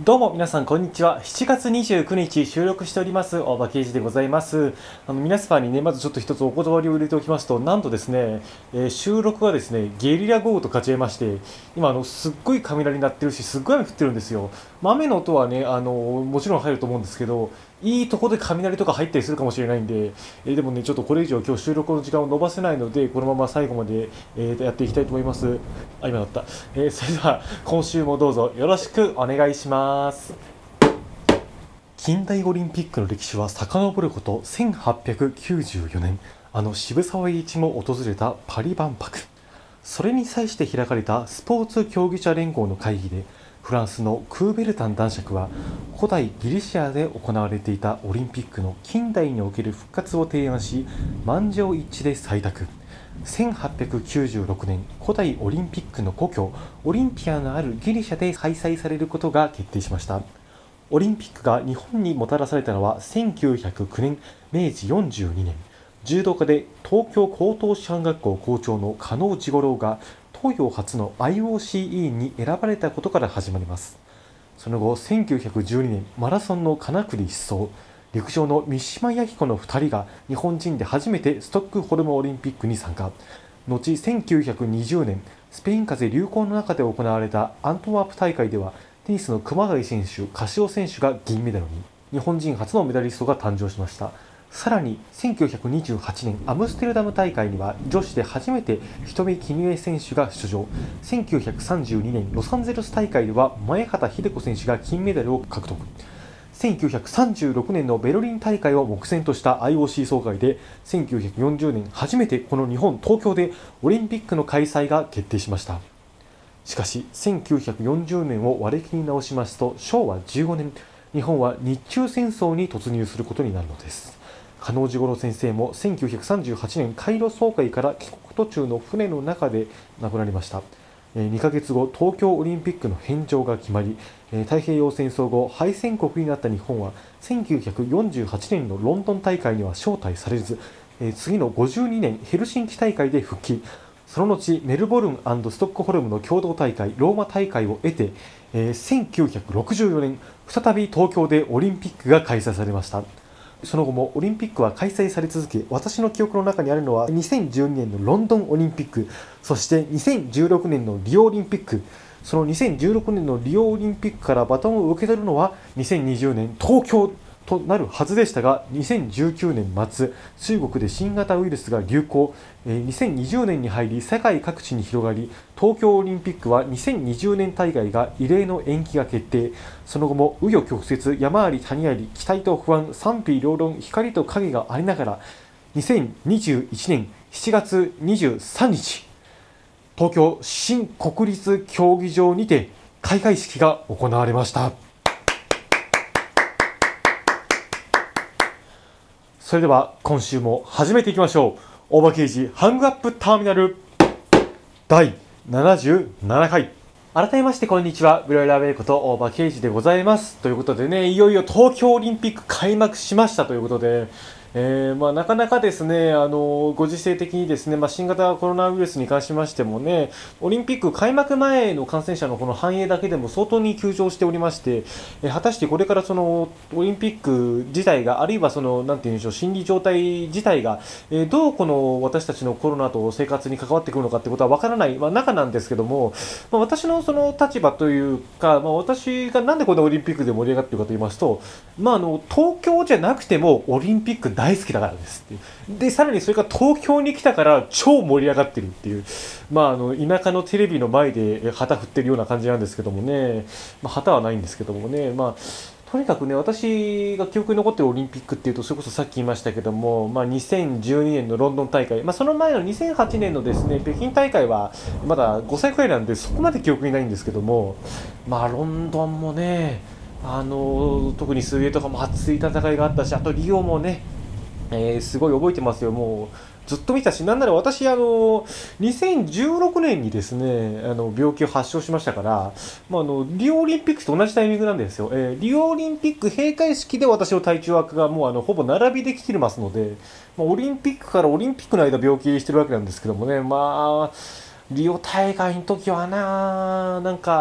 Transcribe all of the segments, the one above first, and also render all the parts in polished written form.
どうも皆さんこんにちは。7月29日収録しております大場刑事でございます。皆様にね、まずちょっと一つお断りを入れておきますと、なんとですね、収録がですねゲリラ豪雨と勝ち得まして、今すっごい雷鳴ってるし、すっごい雨降ってるんですよ。雨の音はね、もちろん入ると思うんですけど、いいとこで雷とか入ったりするかもしれないんで、でもね、ちょっとこれ以上今日収録の時間を延ばせないので、このまま最後まで、やっていきたいと思います。あ、今だった。それでは今週もどうぞよろしくお願いします。近代オリンピックの歴史は遡ること1894年、渋沢栄一も訪れたパリ万博。それに際して開かれたスポーツ競技者連合の会議で、フランスのクーベルタン男爵は古代ギリシアで行われていたオリンピックの近代における復活を提案し、満場一致で採択。1896年、古代オリンピックの故郷オリンピアのあるギリシャで開催されることが決定しました。オリンピックが日本にもたらされたのは1909年明治42年、柔道家で東京高等師範学校校長の加納治五郎が東洋初の IOC 委員に選ばれたことから始まります。その後1912年、マラソンの金栗一走、陸上の三島由紀子の2人が日本人で初めてストックホルムオリンピックに参加。後1920年、スペイン風邪流行の中で行われたアントワープ大会では、テニスの熊谷選手、カシオ選手が銀メダルに。日本人初のメダリストが誕生しました。さらに1928年アムステルダム大会には女子で初めて人見絹枝選手が出場。1932年ロサンゼルス大会では前畑秀子選手が金メダルを獲得。1936年のベルリン大会を目前とした IOC 総会で、1940年初めてこの日本東京でオリンピックの開催が決定しました。しかし1940年を割り切り直しますと、昭和15年、日本は日中戦争に突入することになるのです。加納治五郎先生も1938年カイロ総会から帰国途中の船の中で亡くなりました。2ヶ月後、東京オリンピックの返上が決まり、太平洋戦争後敗戦国になった日本は1948年のロンドン大会には招待されず、次の52年ヘルシンキ大会で復帰。その後メルボルン&ストックホルムの共同大会ローマ大会を経て、1964年再び東京でオリンピックが開催されました。その後もオリンピックは開催され続け、私の記憶の中にあるのは2012年のロンドンオリンピック、そして2016年のリオオリンピック。その2016年のリオオリンピックからバトンを受け取るのは2020年東京となるはずでしたが、2019年末、中国で新型ウイルスが流行、2020年に入り世界各地に広がり、東京オリンピックは2020年大会が異例の延期が決定。その後も紆余曲折、山あり谷あり、期待と不安、賛否両論、光と影がありながら、2021年7月23日、東京新国立競技場にて開会式が行われました。それでは今週も始めていきましょう。大場刑事ハングアップターミナル第77回。改めましてこんにちは。ブロイラーウェイこと大場刑事でございます。ということでね、いよいよ東京オリンピック開幕しましたということで、なかなかですね、ご時世的にですね、新型コロナウイルスに関しましてもね、オリンピック開幕前の感染者のこの反映だけでも相当に急増しておりまして、果たしてこれからそのオリンピック自体が、あるいはそのなんていうんでしょう、心理状態自体が、どうこの私たちのコロナと生活に関わってくるのかってことはわからない、中なんですけども、私のその立場というか、私がなんでこのオリンピックで盛り上がっているかと言いますと、東京じゃなくてもオリンピック大好きだからですっていう。で、さらにそれから東京に来たから超盛り上がってるっていう、田舎のテレビの前で旗振ってるような感じなんですけどもね、旗はないんですけどもね、とにかくね、私が記憶に残っているオリンピックっていうと、それこそさっき言いましたけども、2012年のロンドン大会、その前の2008年のですね、北京大会はまだ5歳くらいなんで、そこまで記憶にないんですけども、ロンドンもね、特に水泳とかも熱い戦いがあったし、あとリオもね、すごい覚えてますよ。もうずっと見たし、なんなら私2016年にですね病気を発症しましたから、リオオリンピックと同じタイミングなんですよ。リオオリンピック閉会式で私の体調悪がもうほぼ並びできてますので、オリンピックからオリンピックの間病気してるわけなんですけどもね、リオ大会の時はなんか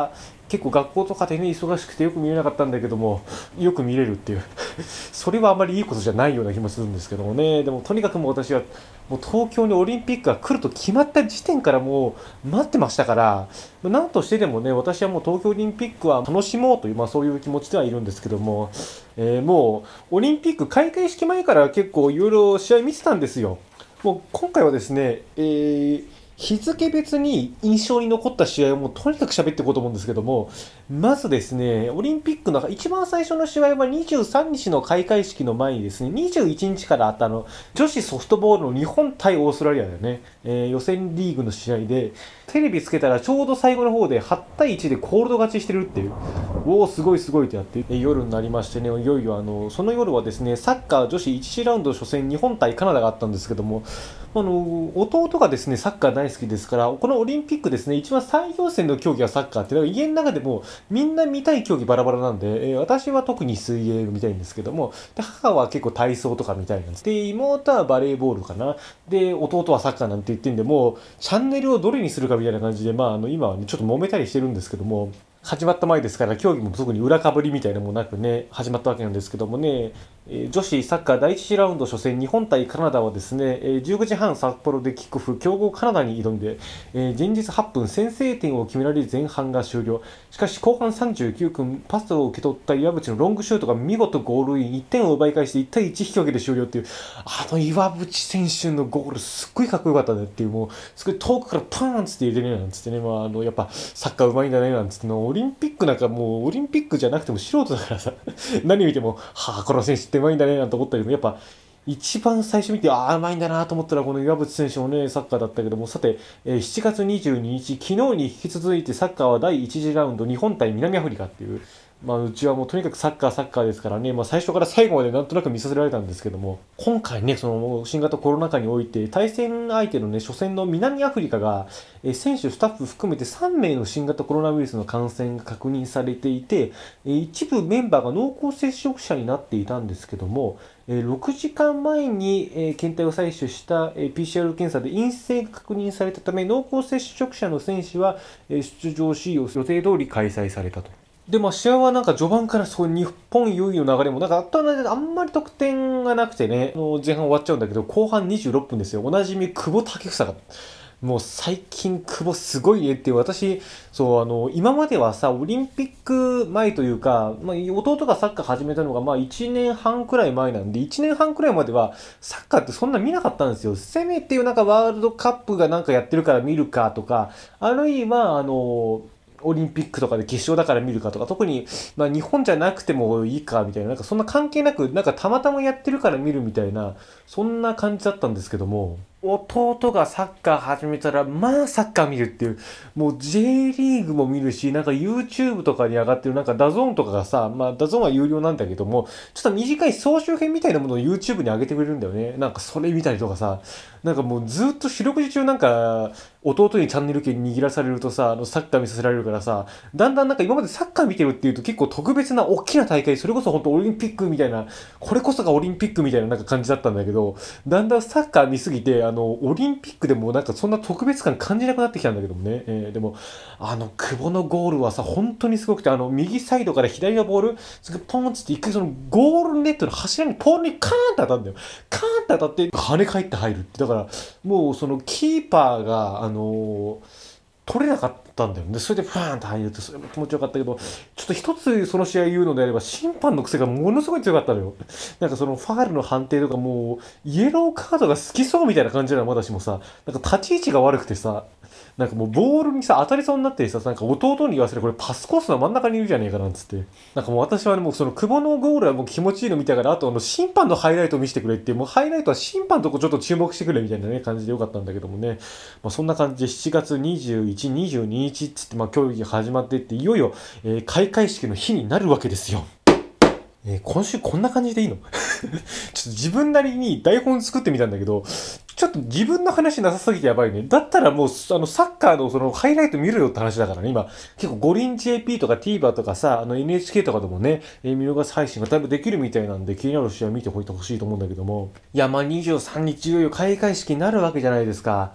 結構学校とかでね忙しくてよく見れなかったんだけども、よく見れるっていうそれはあまりいいことじゃないような気もするんですけどもね。でもとにかくもう私はもう東京にオリンピックが来ると決まった時点からもう待ってましたから、何としてでもね私はもう東京オリンピックは楽しもうという、そういう気持ちではいるんですけども、もうオリンピック開会式前から結構いろいろ試合見てたんですよ。もう今回はですね、日付別に印象に残った試合をもうとにかく喋っていこうと思うんですけども、まずですね、オリンピックの一番最初の試合は23日の開会式の前にですね、21日からあった女子ソフトボールの日本対オーストラリアだよね、予選リーグの試合で、テレビつけたらちょうど最後の方で8対1でコールド勝ちしてるっていう、おおすごいすごいってやって、夜になりましてね、いよいよその夜はですね、サッカー女子1次ラウンド初戦日本対カナダがあったんですけども、弟がですねサッカー大好きですから、このオリンピックですね一番最優先の競技はサッカーって、だから家の中でもみんな見たい競技バラバラなんで、私は特に水泳見たいんですけども、で母は結構体操とか見たいなんです。で妹はバレーボールかな。で弟はサッカーなんて言ってんで、もうチャンネルをどれにするかみたいな感じで、今はねちょっと揉めたりしてるんですけども、始まった前ですから競技も特に裏かぶりみたいなのもなくね始まったわけなんですけどもね、女子サッカー第1次ラウンド初戦日本対カナダはですね、19時半札幌でキックオフ、強豪カナダに挑んで、前日8分先制点を決められ前半が終了。しかし後半39分パスを受け取った岩渕のロングシュートが見事ゴールイン、1点を奪い返して1対1引き分けで終了っていう、岩渕選手のゴールすっごいかっこよかったねっていう、もうすごい遠くからパーンつって入れてねなんつってね、やっぱサッカーうまいんだねなんつっての、オリンピックなんかもうオリンピックじゃなくても素人だからさ何見てもこの選手ってうまいんだねなんて思ったけど、やっぱ一番最初見てうまいんだなと思ったらこの岩渕選手もねサッカーだったけども、さて、7月22日昨日に引き続いてサッカーは第1次ラウンド日本対南アフリカっていう、うちはもうとにかくサッカーですからね、最初から最後までなんとなく見させられたんですけども、今回ねその新型コロナ禍において対戦相手のね初戦の南アフリカが、選手スタッフ含めて3名の新型コロナウイルスの感染が確認されていて、一部メンバーが濃厚接触者になっていたんですけども、6時間前に検体を採取した PCR 検査で陰性が確認されたため、濃厚接触者の選手は出場し予定通り開催されたと。で、試合はなんか序盤からそう日本優位の流れもなんかあんまり得点がなくてね、前半終わっちゃうんだけど、後半26分ですよ。おなじみ久保建英が。もう最近久保すごいねっていう、私、今まではさ、オリンピック前というか、弟がサッカー始めたのが1年半くらい前なんで、1年半くらいまではサッカーってそんな見なかったんですよ。せめてなんかワールドカップがなんかやってるから見るかとか、あるいはオリンピックとかで決勝だから見るかとか、特に、日本じゃなくてもいいかみたいな、なんかそんな関係なく、なんかたまたまやってるから見るみたいな、そんな感じだったんですけども、弟がサッカー始めたら、サッカー見るっていう、もう J リーグも見るし、なんか YouTube とかに上がってる、なんかダゾーンとかがさ、ダゾーンは有料なんだけども、ちょっと短い総集編みたいなものを YouTube に上げてくれるんだよね。なんかそれ見たりとかさ、なんかもうずっと四六時中なんか、弟にチャンネル権握らされるとさ、サッカー見させられるからさ、だんだんなんか今までサッカー見てるっていうと結構特別な大きな大会、それこそ本当オリンピックみたいな、これこそがオリンピックみたいななんか感じだったんだけど、だんだんサッカー見すぎて、オリンピックでもなんかそんな特別感感じなくなってきたんだけどもね。でも、久保のゴールはさ、本当にすごくて、右サイドから左のボール、ポンって一回そのゴールネットの柱にポールにカーンって当たるんだよ。カーンって当たって跳ね返って入るって。だから、もうそのキーパーが、取れなかったんだよね。それでファーンと入るって、それも気持ちよかったけど、ちょっと一つその試合言うのであれば、審判の癖がものすごい強かったのよ。なんかそのファールの判定とかもう、イエローカードが好きそうみたいな感じなの、まだしもさ、なんか立ち位置が悪くてさ、なんかもうボールにさ、当たりそうになってさ、なんか弟に言わせるこれパスコースの真ん中にいるじゃねえかなんつって。なんかもう私はね、もうその久保のゴールはもう気持ちいいの見たから、あと審判のハイライトを見せてくれって、もうハイライトは審判のとこちょっと注目してくれみたいなね、感じでよかったんだけどもね。そんな感じで7月21、22日っつって、競技が始まっていって、いよいよ、開会式の日になるわけですよ。今週こんな感じでいいのちょっと自分なりに台本作ってみたんだけど、ちょっと自分の話なさすぎてやばいね。だったらもう、サッカーのそのハイライト見るよって話だからね、今。結構五輪 JP とか TVer とかさ、NHK とかでもね、見逃し配信がだいぶできるみたいなんで、気になる試合見ておいてほしいと思うんだけども。いや、23日いよいよ開会式になるわけじゃないですか。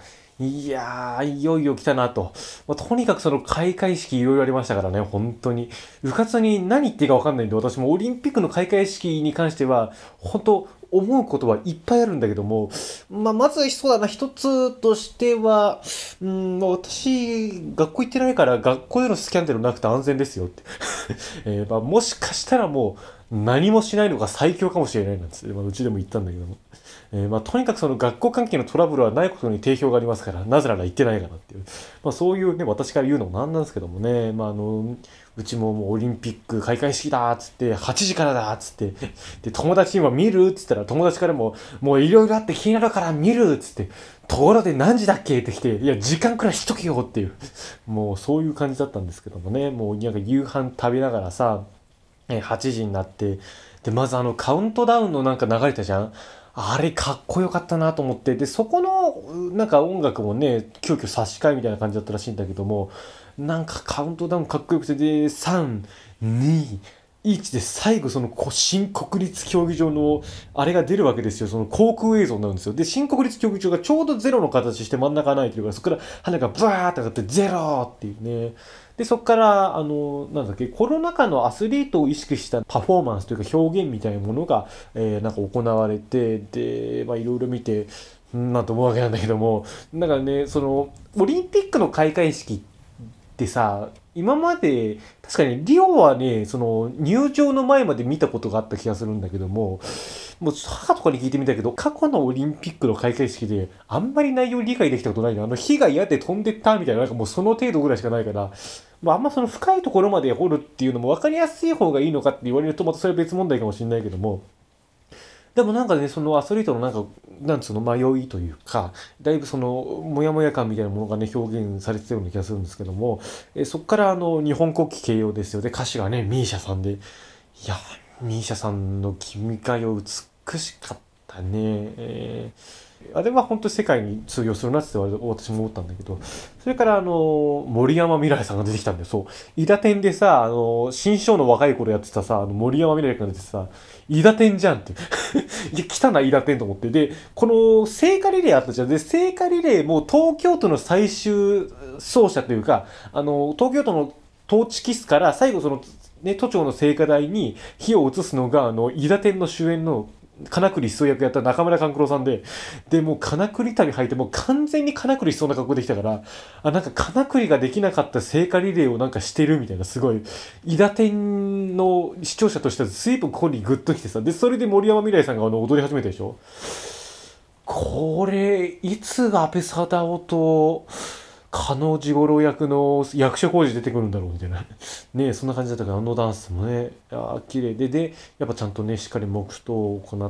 いやー、いよいよ来たなと。とにかくその開会式いろいろありましたからね、本当に。部活に何言っていいか分かんないんで、私もオリンピックの開会式に関しては、本当思うことはいっぱいあるんだけども、まずそうだな、一つとしては、私、学校行ってないから学校でのスキャンダルなくて安全ですよって。もしかしたらもう何もしないのが最強かもしれないなんです、うちでも言ったんだけども。とにかくその学校関係のトラブルはないことに定評がありますから、なぜなら言ってないからっていう、そういうね、私から言うのもなんなんですけどもね、うちももうオリンピック開会式だっつって、8時からだっつって、で、友達にも見るっつったら、友達からも、もういろいろあって気になるから見るっつって、ところで何時だっけって来て、いや、時間くらいしとけよっていう、もうそういう感じだったんですけどもね、もうなんか夕飯食べながらさ、8時になって、で、まずカウントダウンのなんか流れたじゃん。あれかっこよかったなと思って、で、そこのなんか音楽もね、急遽差し替えみたいな感じだったらしいんだけども、なんかカウントダウンかっこよくて、で、3、2、1で最後その新国立競技場のあれが出るわけですよ。その航空映像になるんですよ。で、新国立競技場がちょうどゼロの形して真ん中離れてるから、そこから花がブワーって上がってゼロっていうね。で、そこから、なんだっけ、コロナ禍のアスリートを意識したパフォーマンスというか表現みたいなものが、なんか行われて、で、いろいろ見て、なんと思うわけなんだけども、なんかね、その、オリンピックの開会式ってさ、今まで、確かにリオはね、その入場の前まで見たことがあった気がするんだけども、もう母とかに聞いてみたけど、過去のオリンピックの開会式であんまり内容理解できたことないの。火が嫌で飛んでったみたいな、なんかもうその程度ぐらいしかないから、あんまその深いところまで掘るっていうのも分かりやすい方がいいのかって言われると、またそれは別問題かもしれないけども、でもなんかね、そのアスリートのなんか、なんつうの、迷いというか、だいぶその、モヤモヤ感みたいなものがね、表現されてたような気がするんですけども、そっから日本国旗掲揚ですよ。で、歌詞がね、ミーシャさんで、いや、ミーシャさんの君が代美しかったね。あれは本当に世界に通用するなって私も思ったんだけど、それから森山未来さんが出てきたんだよ。そう。伊達天でさ、新章の若い頃やってたさ、森山未来が出てさ、伊達天じゃんって。いや、来たな、伊達天と思って。で、この聖火リレーあったじゃん。で、聖火リレーも東京都の最終走者というか、東京都の統治キスから最後その、ね、都庁の聖火台に火を移すのが、伊達天の主演の金栗一層役やった中村勘九郎さんで、もう金栗旅履いて、もう完全に金栗しそうな格好できたから、なんか金栗ができなかった聖火リレーをなんかしてるみたいな、すごい、伊達天の視聴者としては随分ここにグッときてさ、で、それで森山未來さんが踊り始めたでしょ。これ、いつ安倍貞夫と、加納治五郎役の役所広司出てくるんだろうみたいな。ね、そんな感じだったから、ダンスもね、綺麗で、やっぱちゃんとね、しっかり黙祷を行って、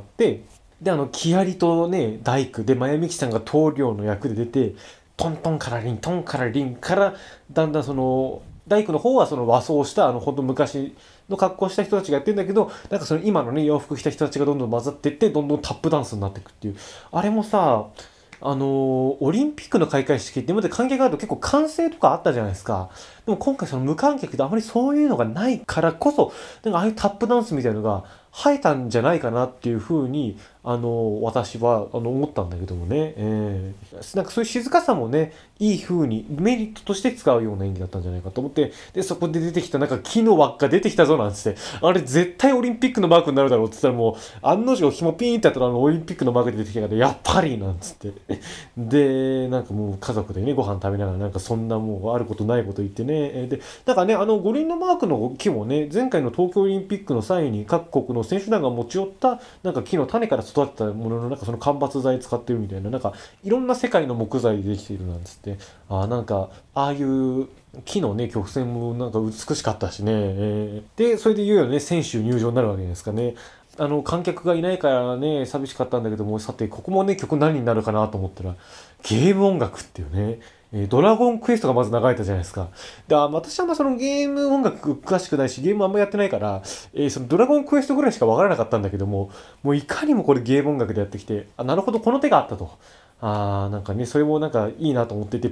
で、木遣りとね、大工で、真矢美樹さんが棟梁の役で出て、トントンからリン、トンからリンから、だんだんその、大工の方はその和装した、本当昔の格好した人たちがやってるんだけど、なんかその今のね、洋服着た人たちがどんどん混ざっていって、どんどんタップダンスになっていくっていう。あれもさ、オリンピックの開会式って今まで観客があると結構歓声とかあったじゃないですか。でも今回その無観客であまりそういうのがないからこそ、なんかああいうタップダンスみたいなのが生えたんじゃないかなっていうふうに、私は思ったんだけどもね、なんかそういう静かさもね、いい風にメリットとして使うような演技だったんじゃないかと思って、で、そこで出てきたなんか木の輪っか出てきたぞなんつって、あれ絶対オリンピックのマークになるだろうって言ったらもう、案の定紐ピーンってやったらオリンピックのマークで出てきたから、やっぱりなんつって。で、なんかもう家族でね、ご飯食べながらなんかそんなもうあることないこと言ってね、で、なんかね、五輪のマークの木もね、前回の東京オリンピックの際に各国の選手団が持ち寄ったなんか木の種から育ったもののなんかその間伐材使ってるみたいな、なんかいろんな世界の木材でできているなんつって、なんかああいう木のね曲線もなんか美しかったしね、でそれでいよいよね選手入場になるわけですかね。観客がいないからね寂しかったんだけども、さてここもね曲何になるかなと思ったらゲーム音楽っていうね、ドラゴンクエストがまず流れたじゃないですか。で、私はそのゲーム音楽詳しくないし、ゲームあんまやってないから、そのドラゴンクエストぐらいしかわからなかったんだけども、もういかにもこれゲーム音楽でやってきて、なるほど、この手があったと。なんかね、それもなんかいいなと思ってて、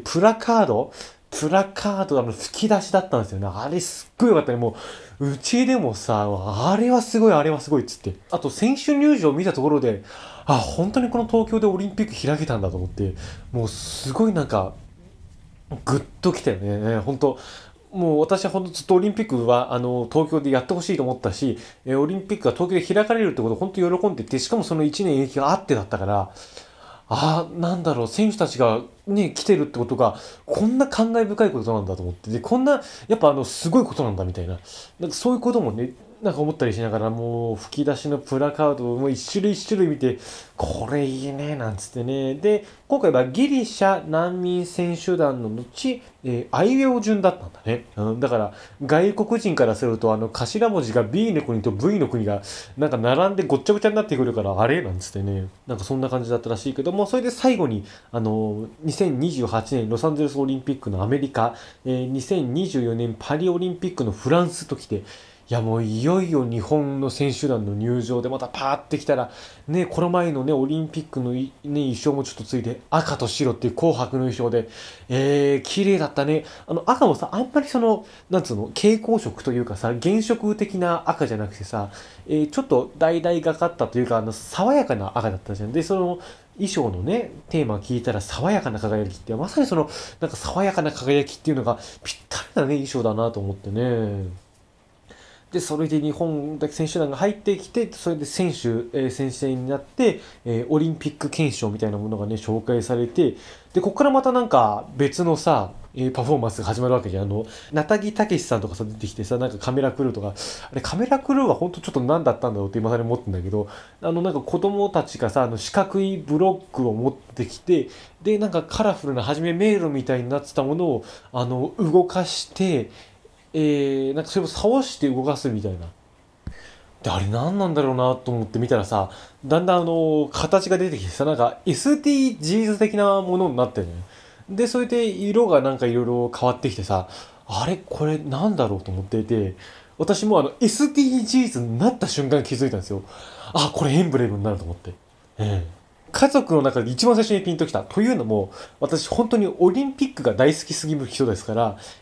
プラカード吹き出しだったんですよね。あれすっごい良かったね。もう、うちでもさ、あれはすごい、あれはすごいっつって。あと、選手入場見たところで、 本当にこの東京でオリンピック開けたんだと思って、もうすごいなんか、グッときたよね。本当もう私は本当ずっとオリンピックは東京でやってほしいと思ったし、オリンピックが東京で開かれるってことを本当に喜んでて、しかもその1年延期があってだったから、なんだろう、選手たちがね、来てるってことが、こんな感慨深いことなんだと思って、で、こんな、やっぱすごいことなんだみたいな、なんかそういうこともね、なんか思ったりしながら、もう吹き出しのプラカードをもう一種類一種類見て、これいいね、なんつってね。で、今回はギリシャ難民選手団の後、あいうえお順だったんだね。だから、外国人からすると、頭文字が B の国と V の国が、なんか並んでごっちゃごちゃになってくるから、あれなんつってね。なんかそんな感じだったらしいけども、それで最後に、2028年ロサンゼルスオリンピックのアメリカ、2024年パリオリンピックのフランスときて、いやもういよいよ日本の選手団の入場でまたパーってきたら、ね、この前のね、オリンピックの衣装もちょっとついて、赤と白っていう紅白の衣装で、綺麗だったね。赤もさ、あんまりなんつうの、蛍光色というかさ、原色的な赤じゃなくてさ、ちょっと橙がかったというか、爽やかな赤だったじゃん。で、衣装のね、テーマを聞いたら、爽やかな輝きって、まさになんか爽やかな輝きっていうのがぴったりなね、衣装だなと思ってね。で、それで日本だけ選手団が入ってきて、それで選手になって、オリンピック憲章みたいなものがね、紹介されて、で、ここからまたなんか別のさ、パフォーマンスが始まるわけじゃん。ナタギタケシさんとかさ、出てきてさ、なんかカメラクルーとか、あれカメラクルーは本当ちょっと何だったんだろうって今更思ってんだけど、なんか子供たちがさ、四角いブロックを持ってきて、で、なんかカラフルな、はじめ迷路みたいになってたものを、動かして、なんかそれを倒して動かすみたいな。で、あれ何なんだろうなと思って見たらさ、だんだん形が出てきてさ、なんか SDGs 的なものになってるのよ。で、それで色がなんかいろいろ変わってきてさ、あれこれなんだろうと思っていて、私もSDGs になった瞬間に気づいたんですよ。これエンブレムになると思って。ええ家族の中で一番最初にピンときた。というのも、私本当にオリンピックが大好きすぎる人ですから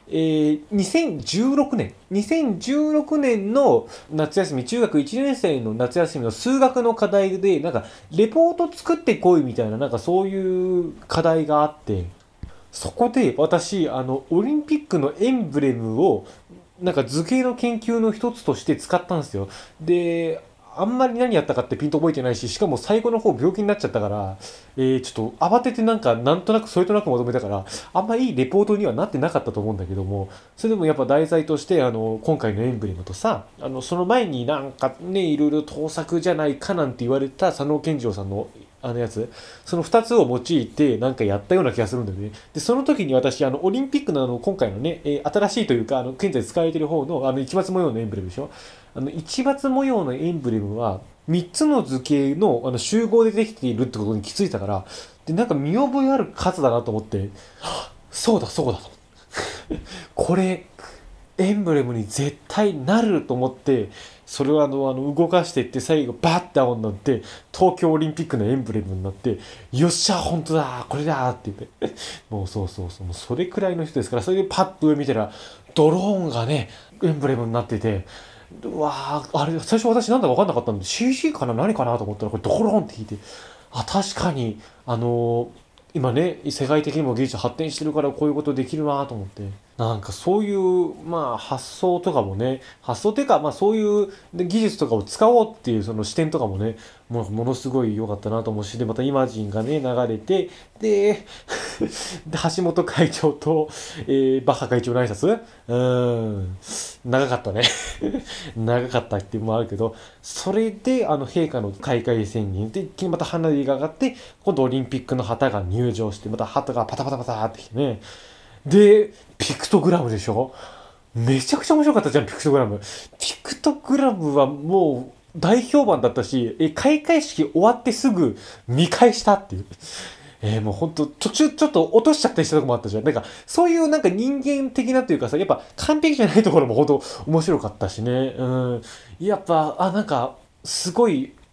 、2016年の夏休み、中学1年生の夏休みの数学の課題で、なんか、レポート作ってこいみたいな、なんかそういう課題があって、そこで私、オリンピックのエンブレムを、なんか図形の研究の一つとして使ったんですよ。で、あんまり何やったかってピンと覚えてないし、しかも最後の方病気になっちゃったから、ちょっと慌ててなんか、なんとなくそれとなくまとめたから、あんまいいレポートにはなってなかったと思うんだけども、それでもやっぱ題材として、今回のエンブレムとさ、その前になんかね、いろいろ盗作じゃないかなんて言われた佐野健次郎さんのやつ、その2つを用いてなんかやったような気がするんだよね。で、その時に私、オリンピックの今回のね、新しいというか、現在使われている方の、市松模様のエンブレムでしょ。市松模様のエンブレムは、3つの図形の集合でできているってことに気づいたから、で、なんか見覚えある数だなと思って、そうだそうだと。これ、エンブレムに絶対なると思って、それを動かしていって最後バッて青になって、東京オリンピックのエンブレムになって、よっしゃ、本当だ、これだって言って。もうそうそうそう、もうそれくらいの人ですから、それでパッと上見たら、ドローンがね、エンブレムになってて、うわあれ、最初私なんだか分かんなかったんで、CG かな何かなと思ったら、これドローンって聞いて、確かに、今ね、世界的にも技術発展してるからこういうことできるなと思って。なんかそういう、まあ発想とかもね、発想っていうか、まあそういう技術とかを使おうっていうその視点とかもね、ものすごい良かったなと思うし、で、またイマジンがね、流れて、で、橋本会長と、バッハ会長の挨拶長かったね。長かったっていうのもあるけど、それで、陛下の開会宣言で、一気にまた花火が上がって、今度オリンピックの旗が入場して、また旗がパタパタパタってきてね。で、ピクトグラムでしょ。めちゃくちゃ面白かったじゃん、ピクトグラム。ピクトグラムはもう大評判だったし、開会式終わってすぐ見返したっていう。もうほんと、途中ちょっと落としちゃったりしたとこもあったじゃん。なんか、そういうなんか人間的なというかさ、やっぱ完璧じゃないところもほんと面白かったしね。うん。やっぱ、なんか、すごい、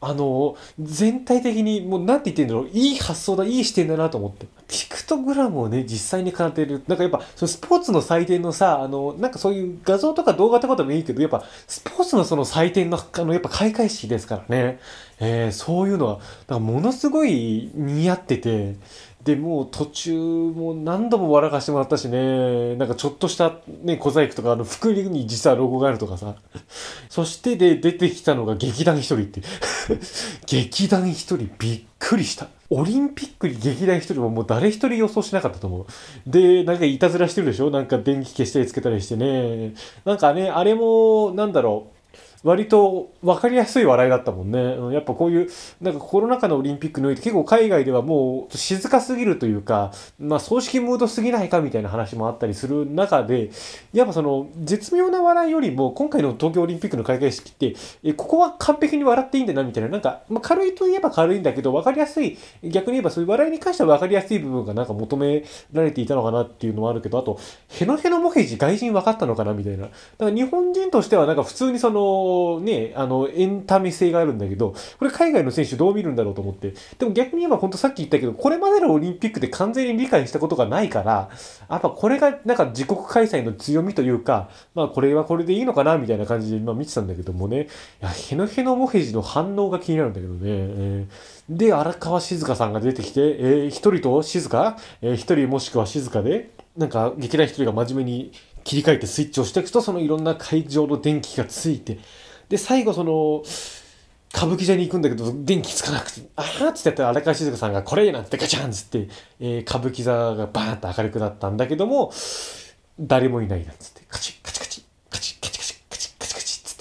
全体的にもうなんて言ってんだろう、いい発想だ、いい視点だなと思って。ピクトグラムをね、実際に奏でる。なんかやっぱ、そのスポーツの祭典のさ、なんかそういう画像とか動画とかでもいいけど、やっぱ、スポーツのその祭典の、やっぱ開会式ですからね。そういうのは、なんかものすごい似合ってて、で、もう途中も何度も笑かしてもらったしね、なんかちょっとしたね、小細工とか、服に実はロゴがあるとかさ。そしてで、出てきたのが劇団一人っていう。劇団一人びっくりした。オリンピックに劇団一人ももう誰一人予想しなかったと思う。で、なんかいたずらしてるでしょ、なんか電気消したりつけたりしてね。なんかね、あれも、なんだろう。割と分かりやすい笑いだったもんね。やっぱこういう、なんかコロナ禍のオリンピックにおいて結構海外ではもう静かすぎるというか、まあ葬式ムードすぎないかみたいな話もあったりする中で、やっぱその絶妙な笑いよりも今回の東京オリンピックの開会式って、ここは完璧に笑っていいんだなみたいな、なんか、まあ、軽いといえば軽いんだけど分かりやすい、逆に言えばそういう笑いに関しては分かりやすい部分がなんか求められていたのかなっていうのもあるけど、あと、ヘノヘノモヘジ外人分かったのかなみたいな。だから日本人としてはなんか普通にその、ね、エンタメ性があるんだけど、これ海外の選手どう見るんだろうと思って。でも逆に言えば本当さっき言ったけど、これまでのオリンピックで完全に理解したことがないから、やっぱこれがなんか自国開催の強みというか、まあこれはこれでいいのかなみたいな感じで今見てたんだけどもね、いや、ヘノヘノモヘジの反応が気になるんだけどね。で、荒川静香さんが出てきて、一人と静香、一人もしくは静香で、なんか劇団一人が真面目に切り替えてスイッチをしていくと、そのいろんな会場の電気がついて、で、最後その、歌舞伎座に行くんだけど、電気つかなくて、あーっつってやったら荒川静香さんがこれなんてガチャンっつって、歌舞伎座がバーンと明るくなったんだけども、誰もいないなんつって、カチッカチカチ、カチッカチカチ、カチッカチカチっつって、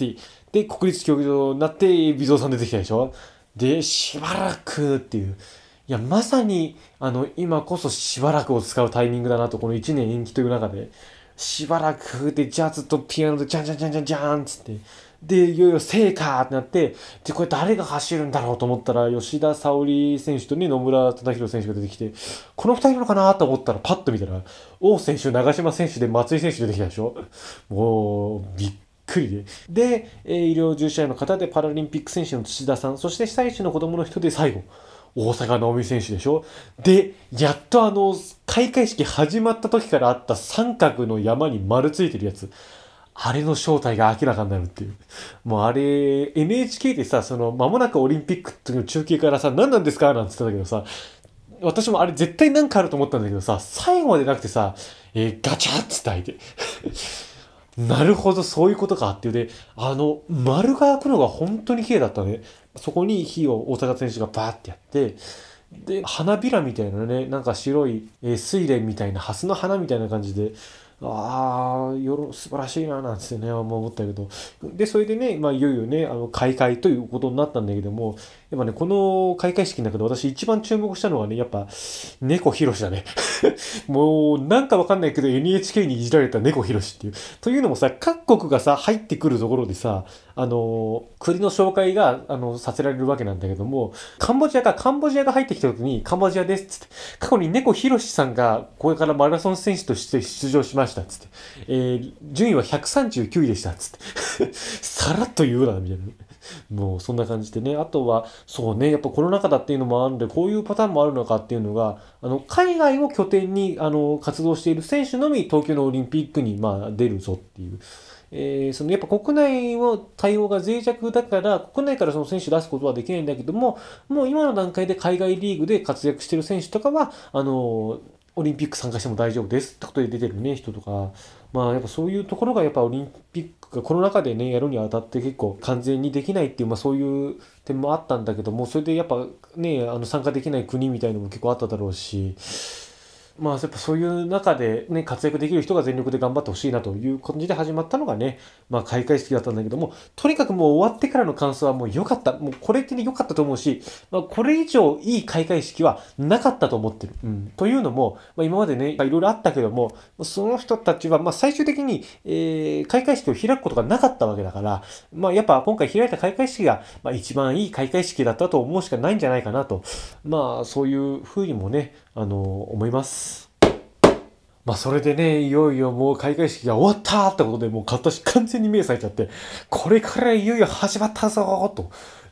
で、国立競技場になって、微蔵さん出てきたでしょ。で、しばらくっていう。いや、まさに、今こそしばらくを使うタイミングだなと、この1年延期という中で、しばらくでジャズとピアノでジャンジャンジャンジャンジャンつって、で、いよいよ聖火ってなって、で、これ誰が走るんだろうと思ったら、吉田沙保里選手とね、野村忠宏選手が出てきて、この二人いるのかなと思ったら、パッと見たら、王選手、長島選手で松井選手出てきたでしょ。もう、びっくりで。で、医療従事者の方でパラリンピック選手の土田さん、そして被災地の子供の人で最後、大坂なおみ選手でしょ。で、やっと開会式始まった時からあった三角の山に丸ついてるやつ。あれの正体が明らかになるっていう。もうあれ、NHK でさ、間もなくオリンピックっていう中継からさ、何なんですかなんて言ってたけどさ、私もあれ絶対なんかあると思ったんだけどさ、最後までなくてさ、ガチャッつって開いて。なるほど、そういうことかっていうで、丸が開くのが本当に綺麗だったね。そこに火を大阪選手がバーってやって、で、花びらみたいなね、なんか白い、睡蓮みたいな、蓮の花みたいな感じで、素晴らしいな、なんてね、思ったけど。で、それでね、まあ、いよいよね、開会ということになったんだけども、やっぱね、この開会式の中で私一番注目したのはね、やっぱ、猫ひろしだね。もう、なんかわかんないけど NHK にいじられた猫ひろしっていう。というのもさ、各国がさ、入ってくるところでさ、国の紹介が、させられるわけなんだけども、カンボジアが入ってきた時に、カンボジアですっつって、過去に猫ひろしさんが、これからマラソン選手として出場しましたっつって、順位は139位でしたっつって、さらっと言うな、みたいな。もうそんな感じでね。あとは、そうね、やっぱコロナ禍だっていうのもあるんで、こういうパターンもあるのかっていうのが、海外を拠点に、活動している選手のみ東京のオリンピックに、まあ、出るぞっていう。やっぱ国内を対応が脆弱だから、国内からその選手出すことはできないんだけども、もう今の段階で海外リーグで活躍している選手とかは、オリンピック参加しても大丈夫ですってことで出てるね、人とか。まあやっぱそういうところがやっぱオリンピックがコロナ禍でね、やるにあたって結構完全にできないっていう、まあそういう点もあったんだけども、それでやっぱね、参加できない国みたいのも結構あっただろうし、まあ、やっぱそういう中でね、活躍できる人が全力で頑張ってほしいなという感じで始まったのがね、まあ、開会式だったんだけども、とにかくもう終わってからの感想はもう良かった。もうこれって良かったと思うし、まあ、これ以上いい開会式はなかったと思ってる。うん。というのも、まあ、今までね、いろいろあったけども、その人たちは、まあ、最終的に、開会式を開くことがなかったわけだから、まあ、やっぱ今回開いた開会式が、まあ、一番いい開会式だったと思うしかないんじゃないかなと、まあ、そういうふうにもね、思います。まあそれでね、いよいよもう開会式が終わったってことで、もう私完全に目さえちゃって、これからいよいよ始まったぞーと。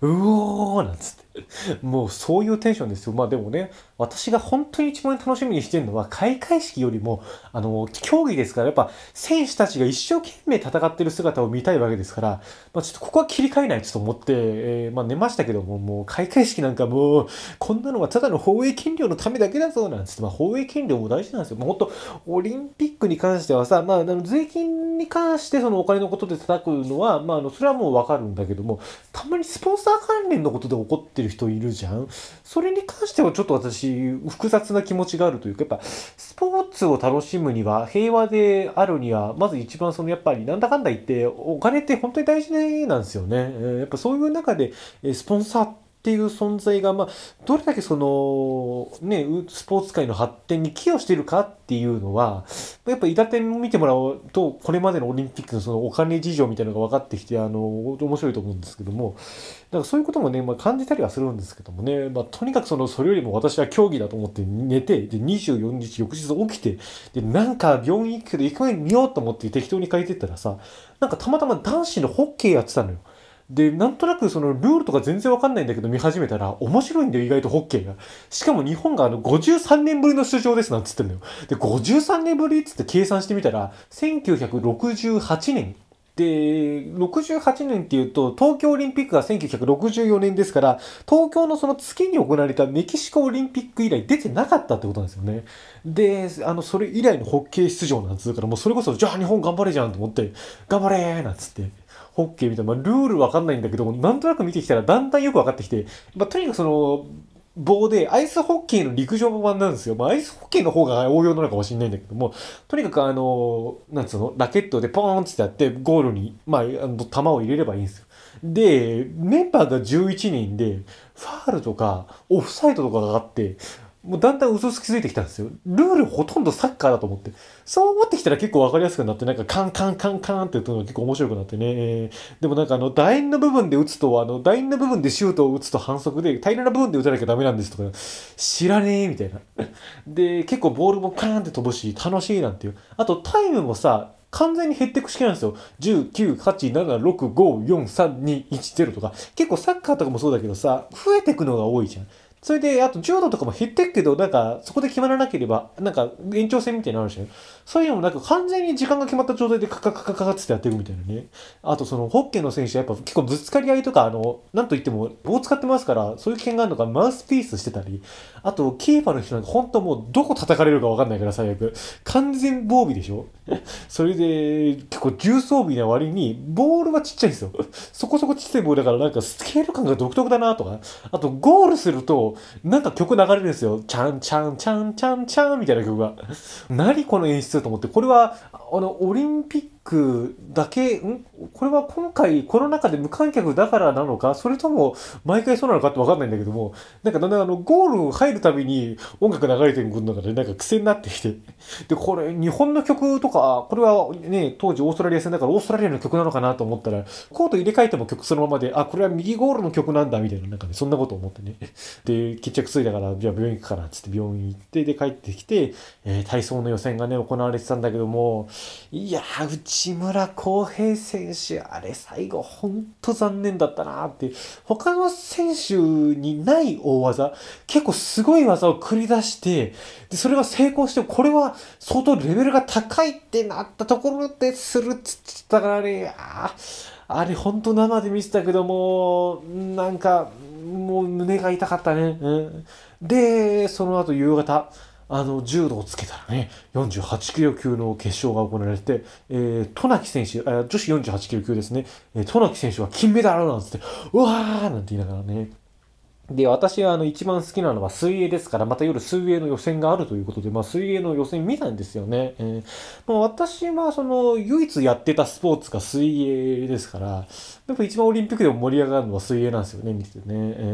うおーなんつって。もうそういうテンションですよ。まあでもね、私が本当に一番楽しみにしてるのは開会式よりも、競技ですから、やっぱ選手たちが一生懸命戦ってる姿を見たいわけですから、まあちょっとここは切り替えないと思って、まあ寝ましたけども、もう開会式なんかもう、こんなのはただの放映権料のためだけだぞ、なんつって、まあ放映権料も大事なんですよ。もう本当、オリンピックに関してはさ、まあ税金に関してそのお金のことで叩くのは、まあそれはもうわかるんだけども、たまにスポンサー関連のことで怒ってる人いるじゃん。それに関してはちょっと私、複雑な気持ちがあるというか、やっぱ、スポーツを楽しむには、平和であるには、まず一番そのやっぱり、なんだかんだ言って、お金って本当に大事なんですよね。やっぱそういう中で、スポンサーっていう存在が、まあ、どれだけその、ね、スポーツ界の発展に寄与しているかっていうのは、やっぱ、伊達点を見てもらうと、これまでのオリンピックのそのお金事情みたいなのが分かってきて、面白いと思うんですけども、だからそういうこともね、まあ、感じたりはするんですけどもね、まあ、とにかくそれよりも私は競技だと思って寝て、で、24日翌日起きて、で、なんか病院行くけど行く前に見ようと思って適当に書いてったらさ、なんかたまたま男子のホッケーやってたのよ。で、なんとなくそのルールとか全然わかんないんだけど見始めたら面白いんだよ、意外とホッケーが。しかも日本が53年ぶりの出場ですなんつってんのよ。で、53年ぶりっつって計算してみたら、1968年で、68年っていうと、東京オリンピックが1964年ですから、東京のその月に行われたメキシコオリンピック以来出てなかったってことなんですよね。で、それ以来のホッケー出場なんつうから、もうそれこそ、じゃあ日本頑張れじゃんと思って、頑張れーなんつって、ホッケーみたいな、まあ、ルールわかんないんだけど、なんとなく見てきたらだんだんよくわかってきて、まあ、とにかくその、棒で、アイスホッケーの陸上版なんですよ。まあ、アイスホッケーの方が応用なのかもしれないんだけども、とにかくなんつうの、ラケットでポーンってやって、ゴールに、まあ、球を入れればいいんですよ。で、メンバーが11人で、ファールとか、オフサイドとかがあって、もうだんだん嘘つきづいてきたんですよ。ルールほとんどサッカーだと思って。そう思ってきたら結構わかりやすくなって、なんかカンカンカンカンって言うのが結構面白くなってね。でもなんか楕円の部分で打つと、楕円の部分でシュートを打つと反則で、平らな部分で打たなきゃダメなんですとか、知らねえみたいな。で、結構ボールもカーンって飛ぶし、楽しいなんていう。あとタイムもさ、完全に減っていく式なんですよ。10、9、8、7、6、5、4、3、2、1、0とか。結構サッカーとかもそうだけどさ、増えていくのが多いじゃん。それで、あと柔道とかも減ってくけど、なんか、そこで決まらなければ、なんか、延長戦みたいになのあるじゃん。そういうのもなんか完全に時間が決まった状態でカカカカカカってやっていくみたいなね。あとホッケーの選手はやっぱ結構ぶつかり合いとか、なんといっても棒使ってますから、そういう危険があるのかマウスピースしてたり、あと、キーパーの人なんか本当もうどこ叩かれるかわかんないから最悪。完全防備でしょ。それで、結構重装備な割に、ボールはちっちゃいんですよ。そこそこちっちゃいボールだからなんかスケール感が独特だなとか。あと、ゴールすると、なんか曲流れるんですよ。チャンチャンチャンチャンチャンみたいな曲が。何この演出と思って、これは、オリンピックだけ、これは今回コロナ禍で無観客だからなのか、それとも毎回そうなのかってわかんないんだけども、なんかだんだんゴール入るたびに音楽流れてくるのがね、なんか癖になってきて。で、これ日本の曲とか、これはね、当時オーストラリア戦だからオーストラリアの曲なのかなと思ったら、コート入れ替えても曲そのままで、あ、これは右ゴールの曲なんだみたいな、なんかね、そんなこと思ってね。で、決着ついたから、じゃあ病院行くからっつって病院行って、で帰ってきて、体操の予選がね、行われてたんだけども、いやー、内村航平選手、あれ最後、ほんと残念だったなーって。他の選手にない大技、結構すごい技を繰り出して、で、それが成功して、これは相当レベルが高いってなったところでするっつってたからね、あれほんと生で見てたけども、なんか、もう胸が痛かったね。うん、で、その後夕方、柔道をつけたらね、48キロ級の決勝が行われて、渡名喜選手、女子48キロ級ですね、渡名喜選手は金メダルなんつって、うわーなんて言いながらね。で、私は一番好きなのは水泳ですから、また夜水泳の予選があるということで、まあ水泳の予選見たんですよね。まあ、私は唯一やってたスポーツが水泳ですから、やっぱ一番オリンピックでも盛り上がるのは水泳なんですよね、見ててね。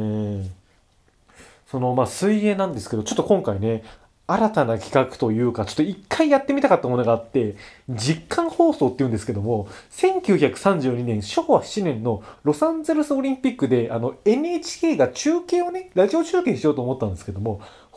まあ水泳なんですけど、ちょっと今回ね、新たな企画というか、ちょっと一回やってみたかったものがあって、実感放送って言うんですけども、1932年、昭和7年のロサンゼルスオリンピックで、NHK が中継をね、ラジオ中継しようと思ったんですけども、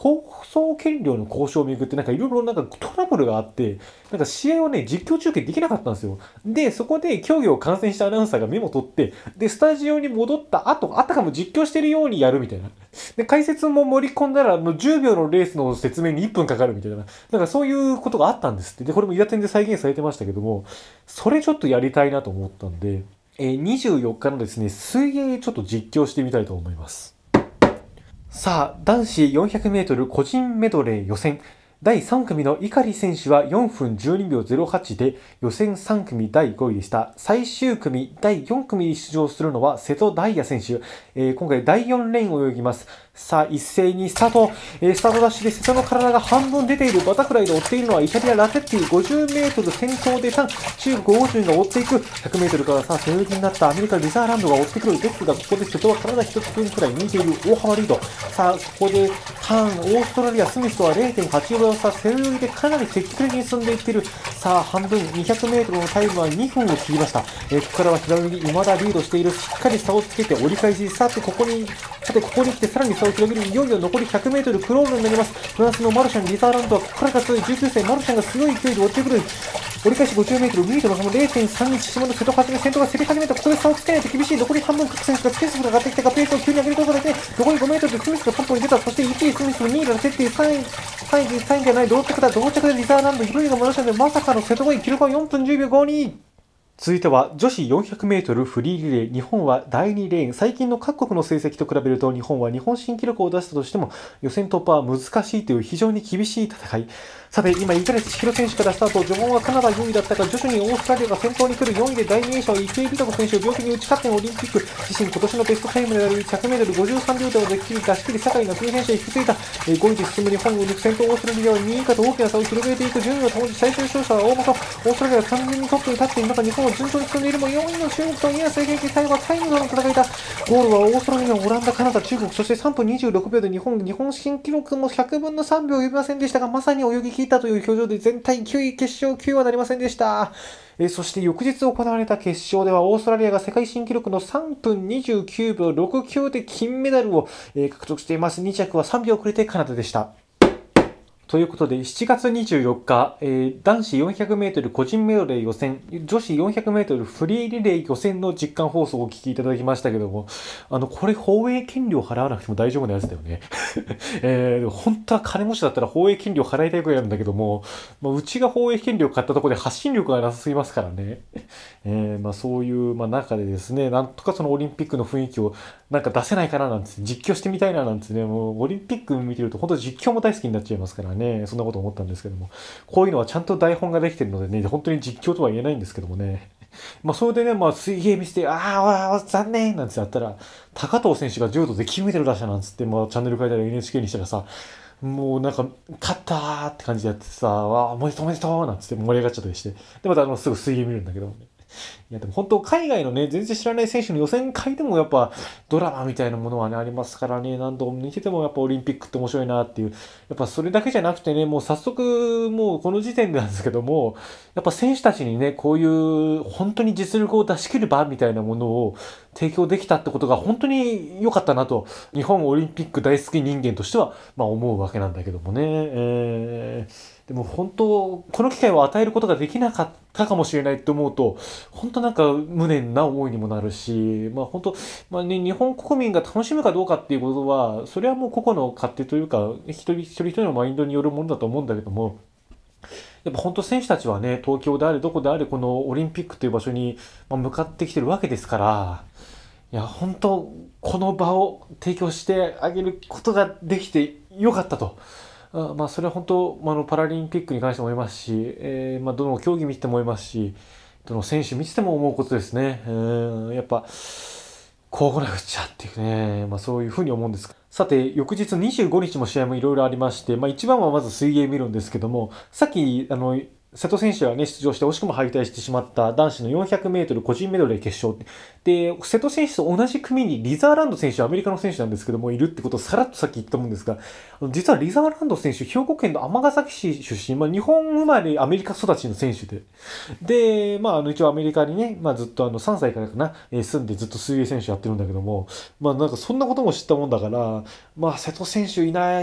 放送権料の交渉をめぐってなんかいろいろなんかトラブルがあって、なんか試合をね、実況中継できなかったんですよ。で、そこで競技を観戦したアナウンサーがメモを取って、で、スタジオに戻った後、あたかも実況してるようにやるみたいな。で、解説も盛り込んだら、10秒のレースの説明に1分かかるみたいな。なんかそういうことがあったんですって。で、これもイダテンで再現されてましたけども、それちょっとやりたいなと思ったんで、24日のですね、水泳ちょっと実況してみたいと思います。さあ、男子400メートル個人メドレー予選。第3組の碇選手は4分12秒08で予選3組第5位でした。最終組第4組に出場するのは瀬戸大也選手。今回第4レーンを泳ぎます。さあ、一斉にスタート。スタートダッシュで瀬戸の体が半分出ている。バタフライで追っているのはイタリアラテッティ。50メートル先頭でターン。中国オージュンが追っていく。100メートルからさあ背泳ぎになったアメリカリザーランドが追ってくる。ですが、ここで瀬戸は体1つ分くらい抜いている。大幅リード。さあ、ここでターン。オーストラリアスミスとは 0.8 秒差。背泳ぎでかなり積極的に進んでいっている。さあ、半分200メートルのタイムは2分を切りました。ここからは平泳ぎ未だリードしている。しっかり差をつけて折り返し。さて、ここに来てさらに差を広げる。いよいよ残り100メートルクロールになります。フランスのマルシャン、リザーランドはここから勝つ。19歳マルシャンがすごい勢いで追ってくる。折り返し50メートル、ミートの差も 0.3 に縮まる瀬戸はじめ先頭が競り始めた。ここで差をつけないと厳しい。残り半分各選手がつけ速度が上がってきたが、ペースを急に上げることができ、残り5メートルでスミスがトップに出た。そして1位スミス、2位ラテッティ、3位じゃない、同着でリザーランド、広いがマルシャンでまさかの瀬戸が記録は4分10秒52。続いては女子400メートルフリーリレー。日本は第2レーン。最近の各国の成績と比べると日本は日本新記録を出したとしても予選突破は難しいという非常に厳しい戦い。さて、今、五十嵐千尋選手からスタート。序盤はカナダ4位だったが、徐々にオーストラリアが先頭に来る。4位で第2泳者は池江璃花子選手を病気に打ち勝ってのオリンピック。自身今年のベストタイムである100メートル53秒台を出し切り、酒井夏海選手へ引き継いだ。5位で進む日本を抜く先頭オーストラリアは2位以下と大きな差を広げていく。順位を保ち、最終勝者は大本。オーストラリアは完全にトップに立っている中、日本は順調に進んでいるも4位の中国とイアン制限期最後はタイムとの戦いだ。ゴールはオーストラリア、オランダ、カナダ、中国、そして3分26秒で日本新記録も100分の3秒及びませんでしたが、まさに泳ぎ切ったという表情で全体9位、決勝9位はなりませんでした。そして翌日行われた決勝ではオーストラリアが世界新記録の3分29秒69で金メダルを獲得しています。2着は3秒遅れてカナダでした。ということで、7月24日、男子400メートル個人メドレー予選、女子400メートルフリーリレー予選の実感放送をお聞きいただきましたけども、これ放映権料払わなくても大丈夫なやつだよね。本当は金持ちだったら放映権料払いたいくらいなんだけども、うちが放映権料買ったところで発信力がなさすぎますからね。そういう、中でですね、なんとかそのオリンピックの雰囲気をなんか出せないかななんて、実況してみたいななんてね、もうオリンピック見てると本当実況も大好きになっちゃいますからね。そんなこと思ったんですけども、こういうのはちゃんと台本ができてるのでね、本当に実況とは言えないんですけどもね。それでね、水泳見せて、残念なんてやったら、高藤選手が柔道で金メダル出したなんつって、チャンネル変えたら NHK にしたらさ、もうなんか、勝ったーって感じでやってさ、おめでとうおめでとうなんつって盛り上がっちゃったりして、で、またすぐ水泳見るんだけどね。いやでも本当海外のね全然知らない選手の予選会でもやっぱドラマみたいなものはねありますからね、何度見ててもやっぱオリンピックって面白いなっていう、やっぱそれだけじゃなくてね、もう早速もうこの時点なんですけども、やっぱ選手たちにねこういう本当に実力を出し切る場みたいなものを提供できたってことが本当に良かったなと、日本オリンピック大好き人間としては思うわけなんだけどもね。でも本当この機会を与えることができなかったかもしれないと思うと、本当なんか無念な思いにもなるし、本当、日本国民が楽しむかどうかっていうことは、それはもう個々の勝手というか、一人一人のマインドによるものだと思うんだけども、やっぱ本当選手たちはね、東京であれどこであれこのオリンピックという場所に向かってきてるわけですから、いや本当この場を提供してあげることができてよかったと。それは本当、パラリンピックに関しても思いますし、どの競技見ても思いますし、どの選手見てても思うことですね。やっぱ、こう来なくちゃっていうね、そういうふうに思うんです。さて、翌日25日も試合もいろいろありまして、一番はまず水泳見るんですけども、さっき、瀬戸選手がね、出場して惜しくも敗退してしまった男子の400メートル個人メドレー決勝。で、瀬戸選手と同じ組にリザーランド選手、アメリカの選手なんですけども、いるってことをさらっとさっき言ったもんですが、実はリザーランド選手、兵庫県の尼崎市出身、日本生まれアメリカ育ちの選手で。で、一応アメリカにね、ずっと3歳からかな、住んでずっと水泳選手やってるんだけども、なんかそんなことも知ったもんだから、瀬戸選手いない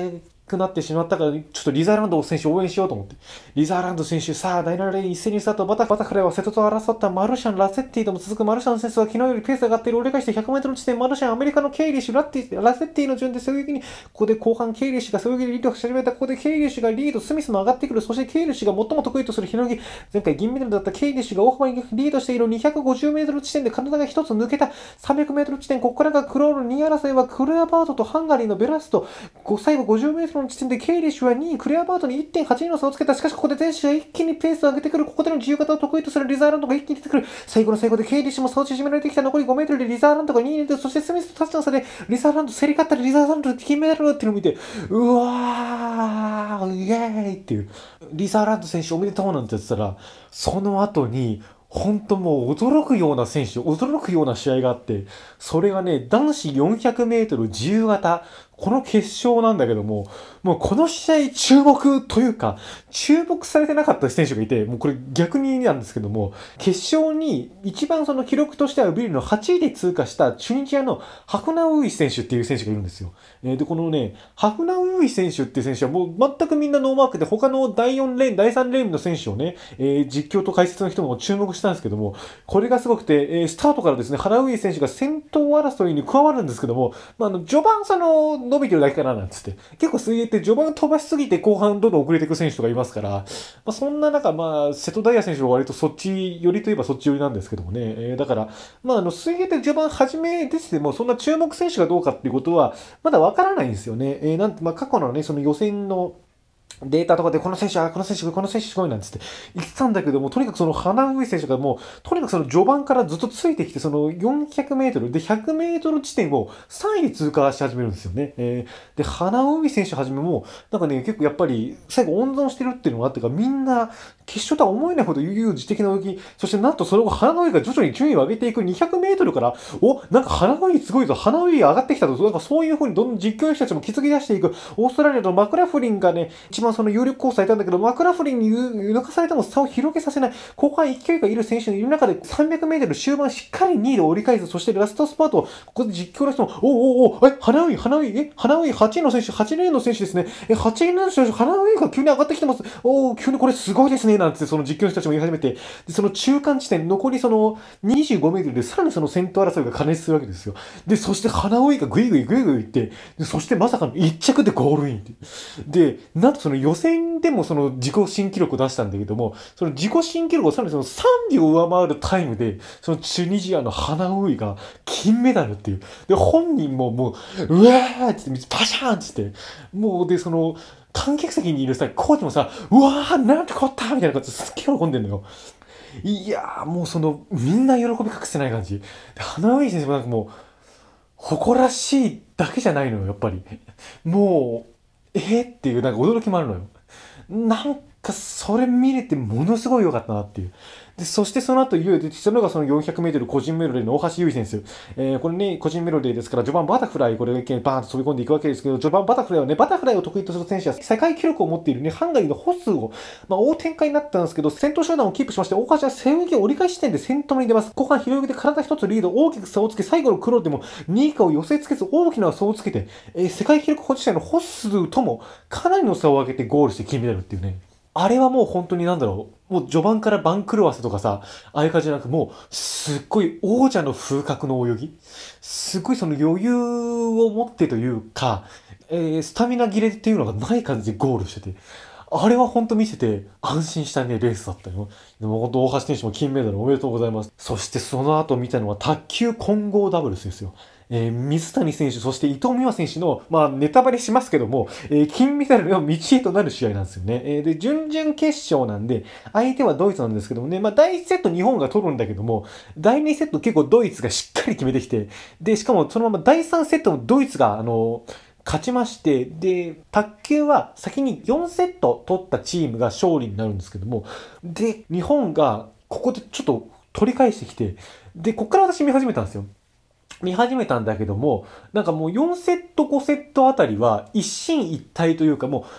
くなってしまったから、ちょっとリザーランド選手を応援しようと思って。リザーランド選手、さあ、第7レーン一斉にスタート、バタフライは瀬戸と争ったマルシャン、ラセッティとも続くマルシャン選手は昨日よりペースが上がっている。折り返して100メートル地点、マルシャン、アメリカのケイリッシュ、ラセッティの順で背泳ぎに、ここで後半ケイリッシュが背泳ぎでリードし始めた。ここでケイリッシュがリード、スミスも上がってくる。そしてケイリッシュが最も得意とする平泳ぎ、前回銀メダルだったケイリッシュが大幅にリードしている250メートル地点で体が一つ抜けた。300メートル地点、ここからがクロール2位争いはクレアバートとハンガリーのベラスト。最後50メートルの地点でケイリッシュは2位、クレアバートに 1.82 の差をつけた。しかしここで全種が一気にペースを上げてくる。ここでの自由形を得意とするリザーランドが一気に出てくる。最後の最後でケイリッシュも差を縮められてきた。残り5メートルでリザーランドが2位に出て、そしてスミスとタッチの差でリザーランド競り勝ったりリザーランドで金メダルっていうのを見て、うわー、イエーイっていう、リザーランド選手おめでとうなんて言ってたら、その後に、本当もう驚くような選手、驚くような試合があって、それがね、男子400メートル自由形、この決勝なんだけども、もうこの試合注目というか、注目されてなかった選手がいて、もうこれ逆になんですけども、決勝に一番その記録としてはビルの8位で通過したチュニジアのハフナウイ選手っていう選手がいるんですよ。で、このね、ハフナウイ選手っていう選手はもう全くみんなノーマークで、他の第4レーン、第3レーンの選手をね、実況と解説の人も注目したんですけども、これがすごくて、スタートからですね、ハナウイ選手が先頭争いに加わるんですけども、序盤伸びてるだけかななんつって、結構水泳って序盤飛ばしすぎて後半どんどん遅れていく選手とかいますから、そんな中、瀬戸大也選手は割とそっち寄りといえばそっち寄りなんですけどもね、だから、水泳って序盤初めですでも、そんな注目選手がどうかっていうことは、まだわからないんですよね。過去のね、その予選のデータとかでこの選手すごいなんつって言ってたんだけども、とにかくその花上選手がもう、とにかくその序盤からずっとついてきて、その400メートルで100メートル地点を3位で通過し始めるんですよね。で、花上選手はじめも、なんかね、結構やっぱり最後温存してるっていうのがあってか、みんな決勝とは思えないほど悠々自適な泳ぎ、そしてなんとその後花上が徐々に順位を上げていく200メートルから、なんか花上すごいぞ、花上上がってきたぞ、なんかそういう風にどんどん実況の人たちも気づき出していく。オーストラリアのマクラフリンがね、一番その有力コースされたんだけど、マクラフリンに抜かされても差を広げさせない。後半勢いがいる選手のいる中で300メートル終盤しっかり2位で折り返す。そしてラストスパートを、ここで実況の人も、花上8位の選手、8レーンの選手ですね。8位の選手、花上が急に上がってきてます。急にこれすごいですね。なんて、その実況の人たちも言い始めて、でその中間地点、残りその25メートルでさらにその先頭争いが過熱するわけですよ。で、そして花上がグイグイ行って、でそしてまさかの1着でゴールインって。で、なんとその予選でもその自己新記録を出したんだけども、その自己新記録をさらにその3秒上回るタイムで、そのチュニジアのハナウイが金メダルっていう。で、本人ももうわーって言って、パシャーンって言って、もうで、その、観客席にいるさ、コーチもさ、うわーなんてこったみたいな感じですっげえ喜んでんのよ。いやー、もうその、みんな喜び隠せない感じ。で、ハナウイ選手もなんかもう、誇らしいだけじゃないのよ、やっぱり。もう、っていうなんか驚きもあるのよ。なんかそれ見れてものすごい良かったなっていう。で、そしてその後いよいよ出てきたのがその400メートル個人メドレーの大橋悠依選手。これね、個人メドレーですから、序盤バタフライ、これ一気にバーンと飛び込んでいくわけですけど、序盤バタフライを得意とする選手は世界記録を持っているね、ハンガリーのホッスーを、大展開になったんですけど、先頭集団をキープしまして、大橋は背泳ぎ折り返し地点で先頭に出ます。後半平泳ぎで体一つリード、大きく差をつけ、最後のクロールでも2位以下を寄せつけず大きな差をつけて、世界記録保持者のホッスーともかなりの差を上げてゴールして金メダルっていうね。あれはもう本当にもう序盤から番狂わせとかさ、ああいう感じじゃなく、もうすっごい王者の風格の泳ぎ、すっごいその余裕を持ってというか、スタミナ切れっていうのがない感じでゴールしてて、あれは本当見せて安心したね、レースだったよ。でも本当大橋選手も金メダルおめでとうございます。そしてその後見たのは卓球混合ダブルスですよ。水谷選手、そして伊藤美誠選手の、ネタバレしますけども、金メダルの道へとなる試合なんですよね。で、準々決勝なんで、相手はドイツなんですけどもね、第1セット日本が取るんだけども、第2セット結構ドイツがしっかり決めてきて、で、しかもそのまま第3セットもドイツが、勝ちまして、で、卓球は先に4セット取ったチームが勝利になるんですけども、で、日本がここでちょっと取り返してきて、で、こっから私見始めたんですよ。見始めたんだけども、なんかもう4セット5セットあたりは一進一退というか、もう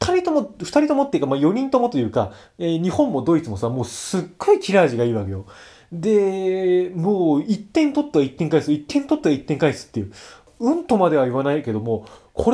2人ともっていうか、4人ともというか、日本もドイツもさ、もうすっごい切れ味がいいわけよ。で、もう1点取ったら1点返す、1点取ったら1点返すっていう。うんとまでは言わないけども、これは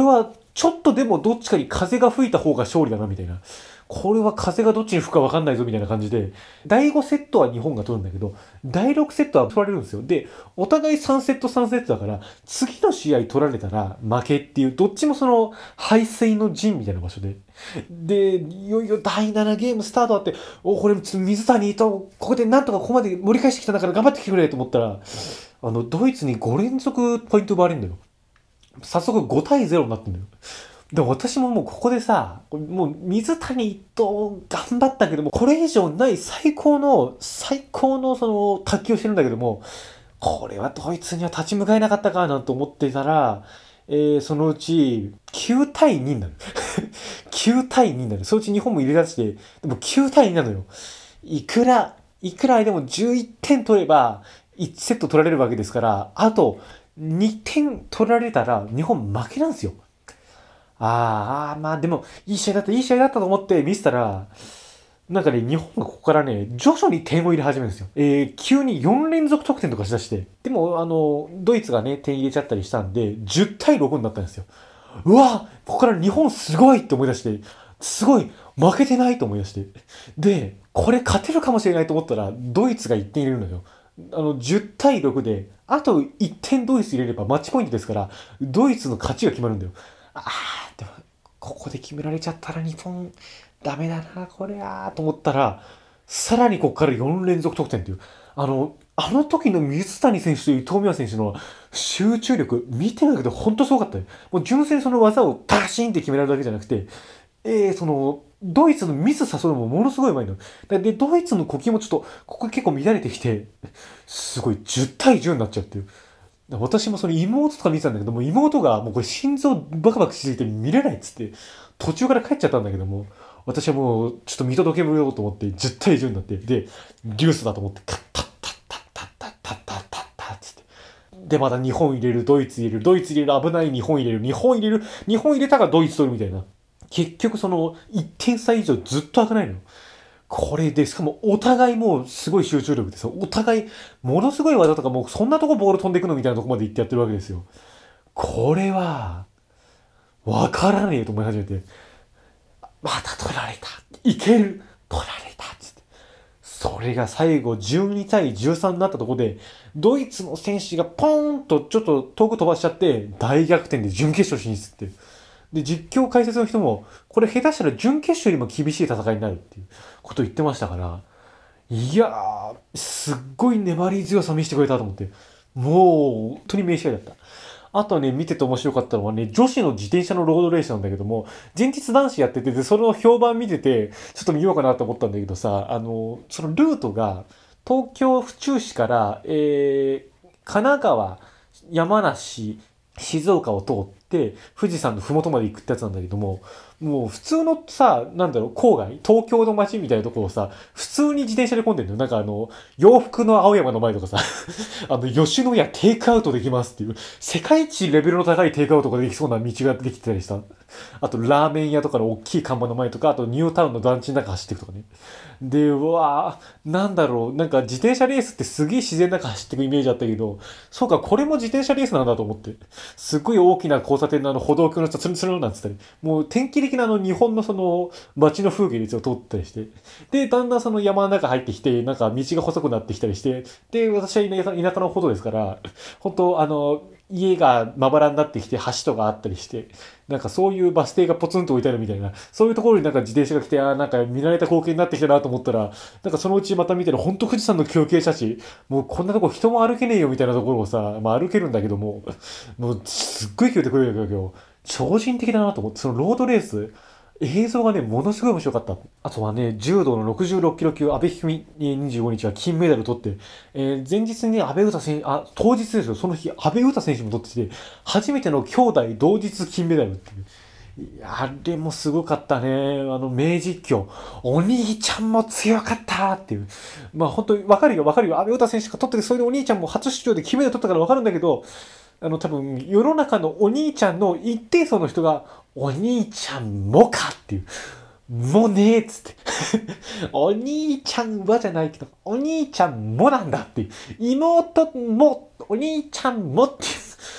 ちょっとでもどっちかに風が吹いた方が勝利だなみたいな。これは風がどっちに吹くか分かんないぞみたいな感じで、第5セットは日本が取るんだけど、第6セットは取られるんですよ。で、お互い3セット3セットだから、次の試合取られたら負けっていう、どっちもその排水の陣みたいな場所で。で、いよいよ第7ゲームスタートあって、これ水谷と、ここでなんとかここまで盛り返してきたんだから頑張ってきてくれと思ったら、ドイツに5連続ポイント奪われるんだよ。早速5対0になってんだよ。でも私ももうここでさ、もう水谷と頑張ったけども、これ以上ない最高のその卓球をしてるんだけども、これはドイツには立ち向かえなかったかなんて思ってたら、そのうち9対2になる。9対2になる。そのうち日本も入れ出して、でも9対2なのよ。いくらでも11点取れば1セット取られるわけですから、あと2点取られたら日本負けなんですよ。まあでも、いい試合だったと思って見せたら、なんかね、日本がここからね、徐々に点を入れ始めるんですよ。急に4連続得点とかしだして。でも、ドイツがね、点入れちゃったりしたんで、10対6になったんですよ。うわここから日本すごいって思い出して、すごい負けてないと思い出して。で、これ勝てるかもしれないと思ったら、ドイツが1点入れるのよ。10対6で、あと1点ドイツ入れればマッチポイントですから、ドイツの勝ちが決まるんだよ。でも、ここで決められちゃったら日本、ダメだな、これと思ったら、さらにここから4連続得点っていう。あの時の水谷選手と伊藤美誠選手の集中力、見てるだけで本当すごかったよ。もう純粋にその技をバシーンって決められるだけじゃなくて、ドイツのミス誘うのもものすごいうまいの。で、ドイツの呼吸もちょっと、ここ結構乱れてきて、すごい10対10になっちゃうっていう。私もその妹とか見てたんだけども、妹がもうこれ心臓バカバカしすぎて見れないっつって、途中から帰っちゃったんだけども、私はもうちょっと見届けようと思って10対10になって、で、デュースだと思って、タッタッタッタッタッタッタッタッタッタッつって。で、また日本入れる、ドイツ入れる、ドイツ入れる、危ない、日本入れる、日本入れる、日本入れたがドイツ取るみたいな。結局その1点差以上ずっと開かないのよ。これで、しかもお互いもうすごい集中力ですよ。お互い、ものすごい技とかもうそんなとこボール飛んでいくのみたいなとこまで行ってやってるわけですよ。これは、わからねえと思い始めて、また取られた。いける。取られた。つって。それが最後12対13になったところで、ドイツの選手がポーンとちょっと遠く飛ばしちゃって、大逆転で準決勝進出っていう。で、実況解説の人も、これ下手したら準決勝よりも厳しい戦いになるっていうことを言ってましたから、いやー、すっごい粘り強さ見せてくれたと思って、もう、本当に名試合だった。あとね、見てて面白かったのはね、女子の自転車のロードレースなんだけども、前日男子やってて、で、その評判見てて、ちょっと見ようかなと思ったんだけどさ、そのルートが、東京府中市から、神奈川、山梨、静岡を通って富士山の麓まで行くってやつなんだけども、もう普通のさ、なんだろう、郊外、東京の街みたいなところをさ、普通に自転車で混んでるのよ。なんか洋服の青山の前とかさ、吉野家テイクアウトできますっていう、世界一レベルの高いテイクアウトができそうな道ができてたりした。あと、ラーメン屋とかの大きい看板の前とか、あとニュータウンの団地の中走っていくとかね。で、うわなんだろう、なんか自転車レースってすげえ自然の中走っていくイメージあったけど、そうか、これも自転車レースなんだと思って。すっごい大きな交差点の歩道橋の下ツルツルなんつったり、もう典型的な日本のその街の風景ですよ、通ったりして。で、だんだんその山の中入ってきて、なんか道が細くなってきたりして、で、私は田舎のほどですから、本当家がまばらになってきて橋とかあったりして、なんかそういうバス停がポツンと置いてあるみたいな、そういうところになんか自転車が来て、なんか見慣れた光景になってきたなと思ったら、なんかそのうちまた見てる、ほんと富士山の休憩写真、もうこんなとこ人も歩けねえよみたいなところをさ、まあ歩けるんだけども、もうすっごい勢いで来るわけよ。超人的だなと思って、そのロードレース、映像がね、ものすごい面白かった。あとはね、柔道の66キロ級、阿部一二三25日は金メダル取って、前日にね、阿部詩選手、当日ですよ、その日、阿部詩選手も取ってきて、初めての兄弟同日金メダルっていう。あれもすごかったね。名実況。お兄ちゃんも強かったっていう。まあ本当にわかるよ、わかるよ。阿部詩選手が取ってて、それでお兄ちゃんも初出場で金メダル取ったからわかるんだけど、多分、世の中のお兄ちゃんの一定層の人が、お兄ちゃんもかっていう。もねえっつって。お兄ちゃんはじゃないけど、お兄ちゃんもなんだっていう。妹も、お兄ちゃんもっていう。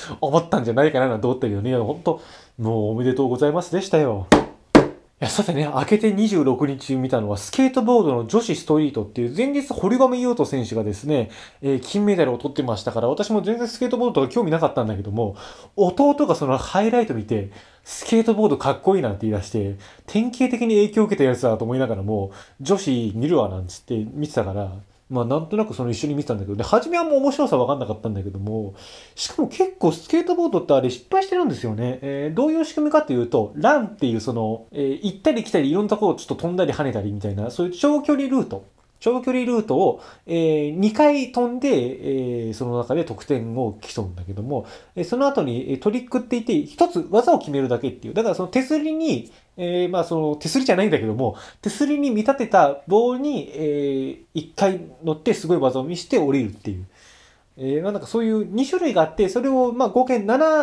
思ったんじゃないかなと思ったけどね、本当もうおめでとうございますでしたよ。いや、さてね、明けて26日見たのは、スケートボードの女子ストリートっていう、前日、堀米雄斗選手がですね、金メダルを取ってましたから、私も全然スケートボードとか興味なかったんだけども、弟がそのハイライト見て、スケートボードかっこいいなんて言い出して、典型的に影響を受けたやつだと思いながらも、女子見るわなんつって見てたから、まあなんとなくその一緒に見てたんだけど、で、初めはもう面白さ分かんなかったんだけども、しかも結構スケートボードってあれ失敗してるんですよね。どういう仕組みかというと、ランっていうその、行ったり来たりいろんなところをちょっと飛んだり跳ねたりみたいな、そういう長距離ルートを、2回飛んで、その中で得点を競うんだけども、その後にトリックって言って一つ技を決めるだけっていう。だからその手すりに、まあその手すりじゃないんだけども、手すりに見立てた棒に、1回乗ってすごい技を見せて降りるっていう。まあなんかそういう2種類があって、それをまあ合計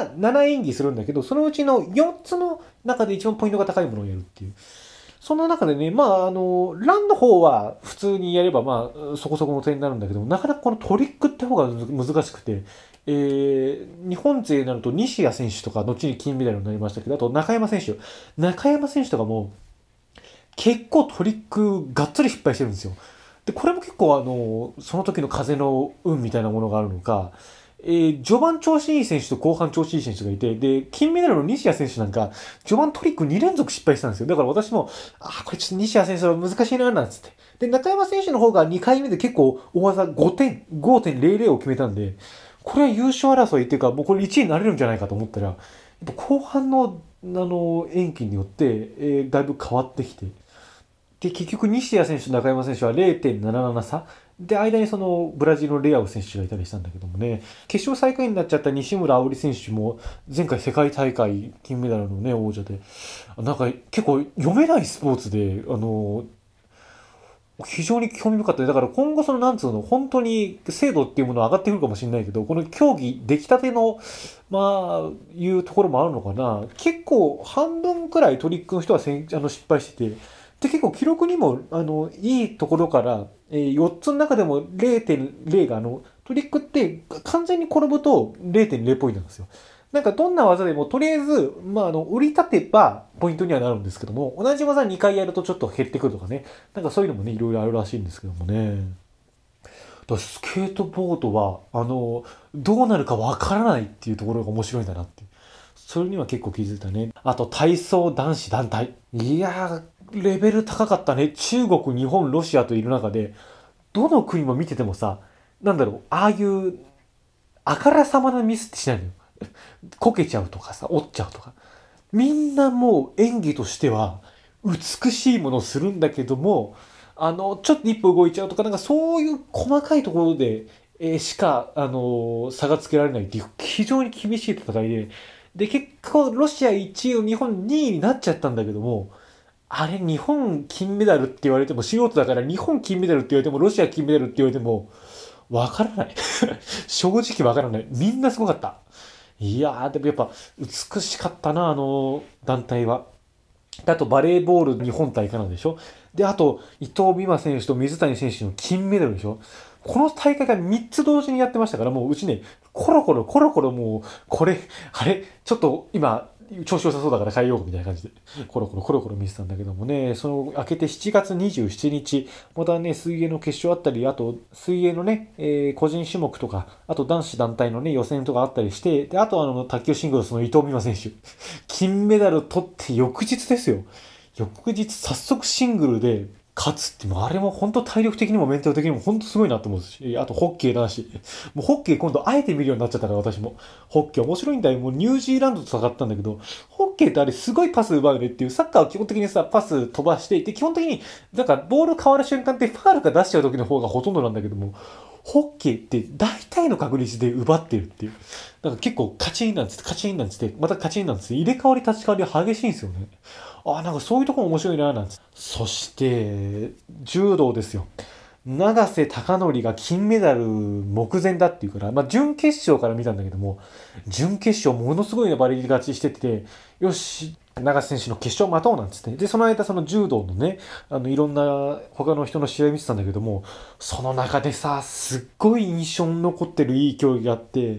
7演技するんだけど、そのうちの4つの中で一番ポイントが高いものをやるっていう。そんな中でね、まあランの方は普通にやればまあそこそこの点になるんだけども、なかなかこのトリックって方が難しくて、日本勢になると西矢選手とか後に金メダルになりましたけど、あと中山選手とかも結構トリックがっつり失敗してるんですよ。で、これも結構その時の風の運みたいなものがあるのか、序盤調子いい選手と後半調子いい選手がいて、で、金メダルの西矢選手なんか、序盤トリック2連続失敗したんですよ。だから私も、これちょっと西矢選手は難しいな、なんつって。で、中山選手の方が2回目で結構大技5点、5.00を決めたんで、これは優勝争いっていうか、もうこれ1位になれるんじゃないかと思ったら、やっぱ後半の、演技によって、だいぶ変わってきて、で、結局、西矢選手と中山選手は0.77差。で、間にそのブラジルのレアウ選手がいたりしたんだけどもね、決勝最下位になっちゃった西村碧莉選手も、前回世界大会金メダルのね、王者で、なんか結構読めないスポーツで、非常に興味深かった。だから今後そのなんつうの、本当に精度っていうものは上がってくるかもしれないけど、この競技出来たての、まあ、いうところもあるのかな。結構半分くらいトリックの人は失敗してて、で、結構記録にも、いいところから、4つの中でも0.0が、トリックって完全に転ぶと0.0ポイントなんですよ。なんかどんな技でもとりあえず、まあ、降り立てばポイントにはなるんですけども、同じ技2回やるとちょっと減ってくるとかね。なんかそういうのもね、いろいろあるらしいんですけどもね。だからスケートボードは、どうなるかわからないっていうところが面白いんだなっていう。それには結構気づいたね。あと体操男子団体。いやー、レベル高かったね。中国、日本、ロシアといる中で、どの国も見ててもさ、なんだろう、ああいうあからさまなミスってしないのよ。こけちゃうとかさ、折っちゃうとか。みんなもう演技としては美しいものをするんだけども、ちょっと一歩動いちゃうとか、なんかそういう細かいところで、しか、差がつけられないっていう非常に厳しい戦いで、で、結構ロシア1位を日本2位になっちゃったんだけども、あれ日本金メダルって言われても素人だから日本金メダルって言われてもロシア金メダルって言われてもわからない。正直わからない。みんなすごかった。いやー、でもやっぱ美しかったな、あの団体は。であとバレーボール日本対カナダでしょ。で、あと伊藤美誠選手と水谷選手の金メダルでしょ。この大会が3つ同時にやってましたから、もううちね、コロコロもう、これ、あれ、ちょっと今、調子良さそうだから変えようみたいな感じで、コロコロ見てたんだけどもね、その明けて7月27日、またね、水泳の決勝あったり、あと水泳のね、個人種目とか、あと男子団体のね、予選とかあったりして、で、あと卓球シングルスの伊藤美誠選手、金メダル取って翌日ですよ。翌日早速シングルで勝つって、もうあれも本当体力的にもメンタル的にも本当すごいなと思うし、あとホッケーだし、もうホッケー今度あえて見るようになっちゃったから私も。ホッケー面白いんだよ。もうニュージーランドと戦ったんだけど、ホッケーってあれすごいパス奪うねっていう、サッカーは基本的にさ、パス飛ばしていて、基本的になんかボール変わる瞬間ってファールが出しちゃう時の方がほとんどなんだけども、ホッケーって大体の確率で奪ってるっていう。なんか結構カチンなんつって、カチンなんつって、またカチンなんつって、入れ替わり立ち替わり激しいんですよね。なんかそういうところ面白いななんつって。そして、柔道ですよ。永瀬貴則が金メダル目前だっていうから、まあ、準決勝から見たんだけども、準決勝ものすごい粘り勝ちしてて、よし、永瀬選手の決勝待とうなんつって。で、その間その柔道のね、いろんな他の人の試合見てたんだけども、その中でさ、すっごい印象に残ってるいい競技があって、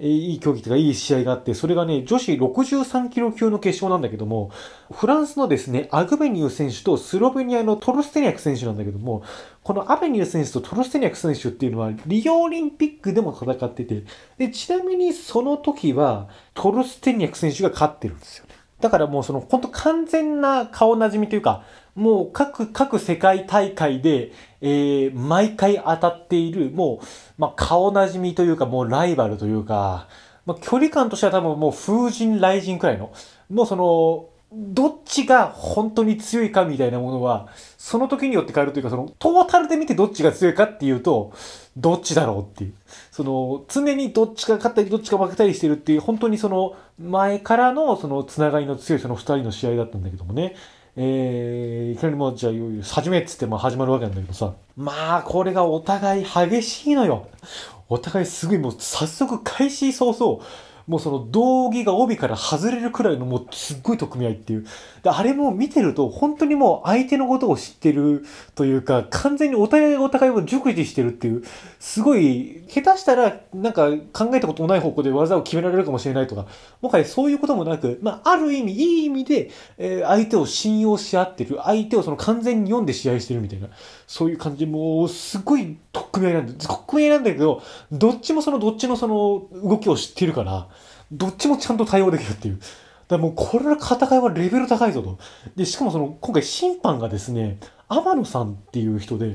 いい競技というかいい試合があって、それがね、女子63キロ級の決勝なんだけども、フランスのですね、アグベニュー選手とスロベニアのトルステニャク選手なんだけども、このアベニュー選手とトルステニャク選手っていうのは、リオオリンピックでも戦ってて、で、ちなみにその時は、トルステニャク選手が勝ってるんですよね。だからもうその、本当完全な顔なじみというか、もう各世界大会で、毎回当たっている、もう、顔なじみというか、もうライバルというか、距離感としては多分もう風神雷神くらいの、もうその、どっちが本当に強いかみたいなものは、その時によって変わるというか、その、トータルで見てどっちが強いかっていうと、どっちだろうっていう。その、常にどっちが勝ったりどっちが負けたりしてるっていう、本当にその、前からのその、つながりの強いその二人の試合だったんだけどもね。いきなりもう、じゃあ、始めっつって始まるわけなんだけどさ。これがお互い激しいのよ。お互いすごいもう、早速開始早々、もうその道着が帯から外れるくらいのもうすっごい取っ組み合いっていう。で、あれも見てると本当にもう相手のことを知ってるというか、完全にお互いがお互いを熟知してるっていう、すごい、下手したらなんか考えたこともない方向で技を決められるかもしれないとか、もはやそういうこともなく、ある意味、いい意味で、相手を信用し合ってる、相手をその完全に読んで試合してるみたいな、そういう感じ、もうすごい取っ組み合いなんだ。取っ組み合いなんだけど、どっちもそのどっちのその動きを知ってるから、どっちもちゃんと対応できるっていう。だからもうこれの戦いはレベル高いぞと。で、しかもその今回審判がですね、天野さんっていう人で、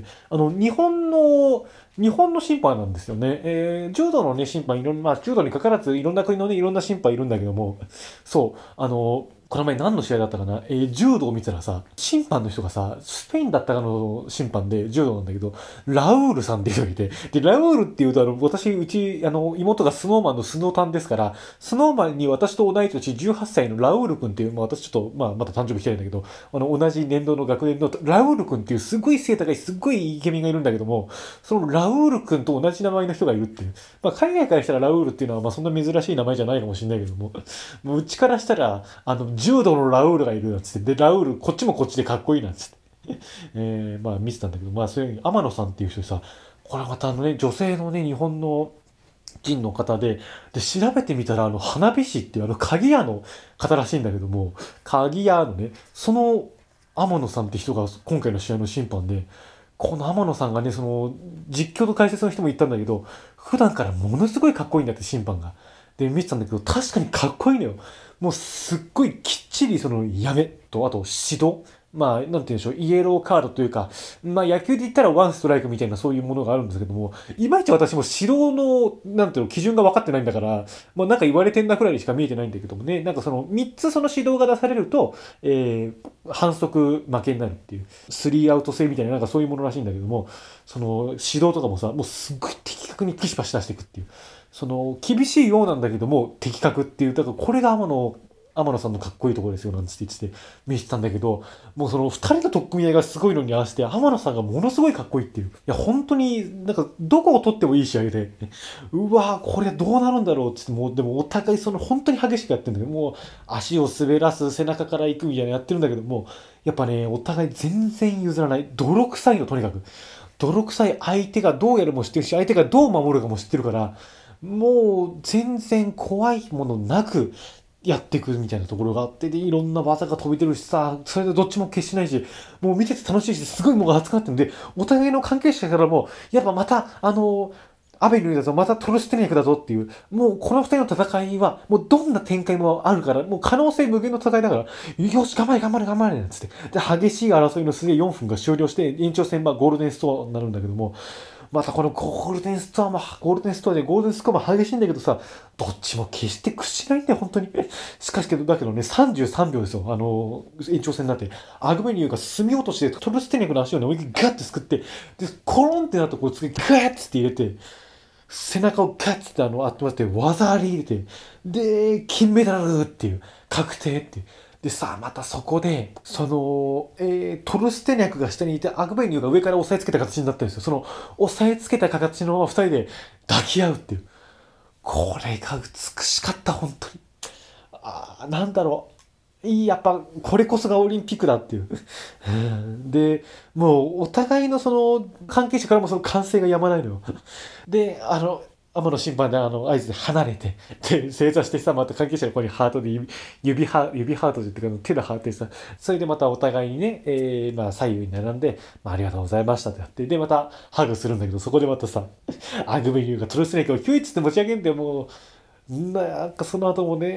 日本の審判なんですよね。柔道のね、審判いろんな、柔道にかかわらずいろんな国のね、いろんな審判いるんだけども、そう、この前何の試合だったかな、柔道を見てたらさ、審判の人がさ、スペインだったかの審判で柔道なんだけど、ラウールさんっていう人がいて、で、ラウールっていうと、私、妹がスノーマンのスノータンですから、スノーマンに私と同い年18歳のラウール君っていう、私ちょっと、まだ誕生日来てないんだけど、同じ年度の学年のラウール君っていうすごい背高い、すっごいイケメンがいるんだけども、そのラウール君と同じ名前の人がいるっていう。海外からしたらラウールっていうのは、そんな珍しい名前じゃないかもしれないけども、もううちからしたら、柔道のラウールがいるなんつって、で、ラウール、こっちもこっちでかっこいいなんつって。見てたんだけど、そういうふうに天野さんっていう人さ、これまた女性のね、日本の人の方で、調べてみたら、花火師っていう鍵屋の方らしいんだけども、鍵屋のね、その天野さんって人が今回の試合の審判で、この天野さんがね、その、実況と解説の人も言ったんだけど、普段からものすごいかっこいいんだって、審判が。で、見てたんだけど、確かにかっこいいのよ。もうすっごいきっちりそのやめと、あと指導。なんて言うんでしょう、イエローカードというか、野球で言ったらワンストライクみたいなそういうものがあるんですけども、いまいち私も指導の、なんていうの、基準が分かってないんだから、なんか言われてんだくらいにしか見えてないんだけどもね、なんかその3つその指導が出されると、反則負けになるっていう、スリーアウト制みたいななんかそういうものらしいんだけども、その指導とかもさ、もうすっごい的確にピシパシ出していくっていう、その厳しいようなんだけども的確っていう、だからこれが天野さんのかっこいいところですよなんつって言ってて見せてたんだけど、もうその二人の取っ組み合いがすごいのに合わせて天野さんがものすごいかっこいいっていう。いや本当になんかどこを取ってもいい試合で、うわーこれどうなるんだろうっつって、もうでもお互いその本当に激しくやってるんだけど、もう足を滑らす背中から行くみたいなやってるんだけども、やっぱねお互い全然譲らない、泥臭いのとにかく。泥臭い相手がどうやるも知ってるし、相手がどう守るかも知ってるから、もう全然怖いものなくやっていくみたいなところがあって、で、いろんな技が飛び出るしさ、それでどっちも決しないし、もう見てて楽しいし、すごいもう熱くなってるんで、お互いの関係者からも、やっぱまた、アベルだぞ、またトルステニャクだぞっていう、もうこの二人の戦いは、もうどんな展開もあるから、もう可能性無限の戦いだから、よし、頑張れ頑張れ頑張れなんつって。で、激しい争いの末4分が終了して、延長戦ゴールデンストアになるんだけども、またこのゴールデンストアも、ゴールデンストアでゴールデンスコアも激しいんだけどさ、どっちも決して屈しないんだよ、本当に。しかしだけどね、33秒ですよ、延長戦になって。アグベニューが隅落として、トルステニャクの足をね、思いっきりガッてすくって、で、コロンってなったこう次、ガーッつって入れて、背中をガッつってあってまって、技あり入れて、で、金メダルっていう、確定っていう。でさあ、またそこで、その、トルステニャクが下にいて、アグベニューが上から押さえつけた形になったんですよ。その、押さえつけた形のまま二人で抱き合うっていう。これが美しかった、本当に。なんだろう。やっぱ、これこそがオリンピックだっていう。で、もう、お互いのその、関係者からもその歓声が止まないのよ。で、 天野審判で合図で離れて、で、正座してさ、また関係者の子にハートで指ハートでっていうか、手でハートでさ、それでまたお互いにね、まあ、左右に並んで、まあ、ありがとうございましたってやって、で、またハグするんだけど、そこでまたさ、アグベニューがトルスネークをヒュイッつって持ち上げんで、もう、なんかその後もね、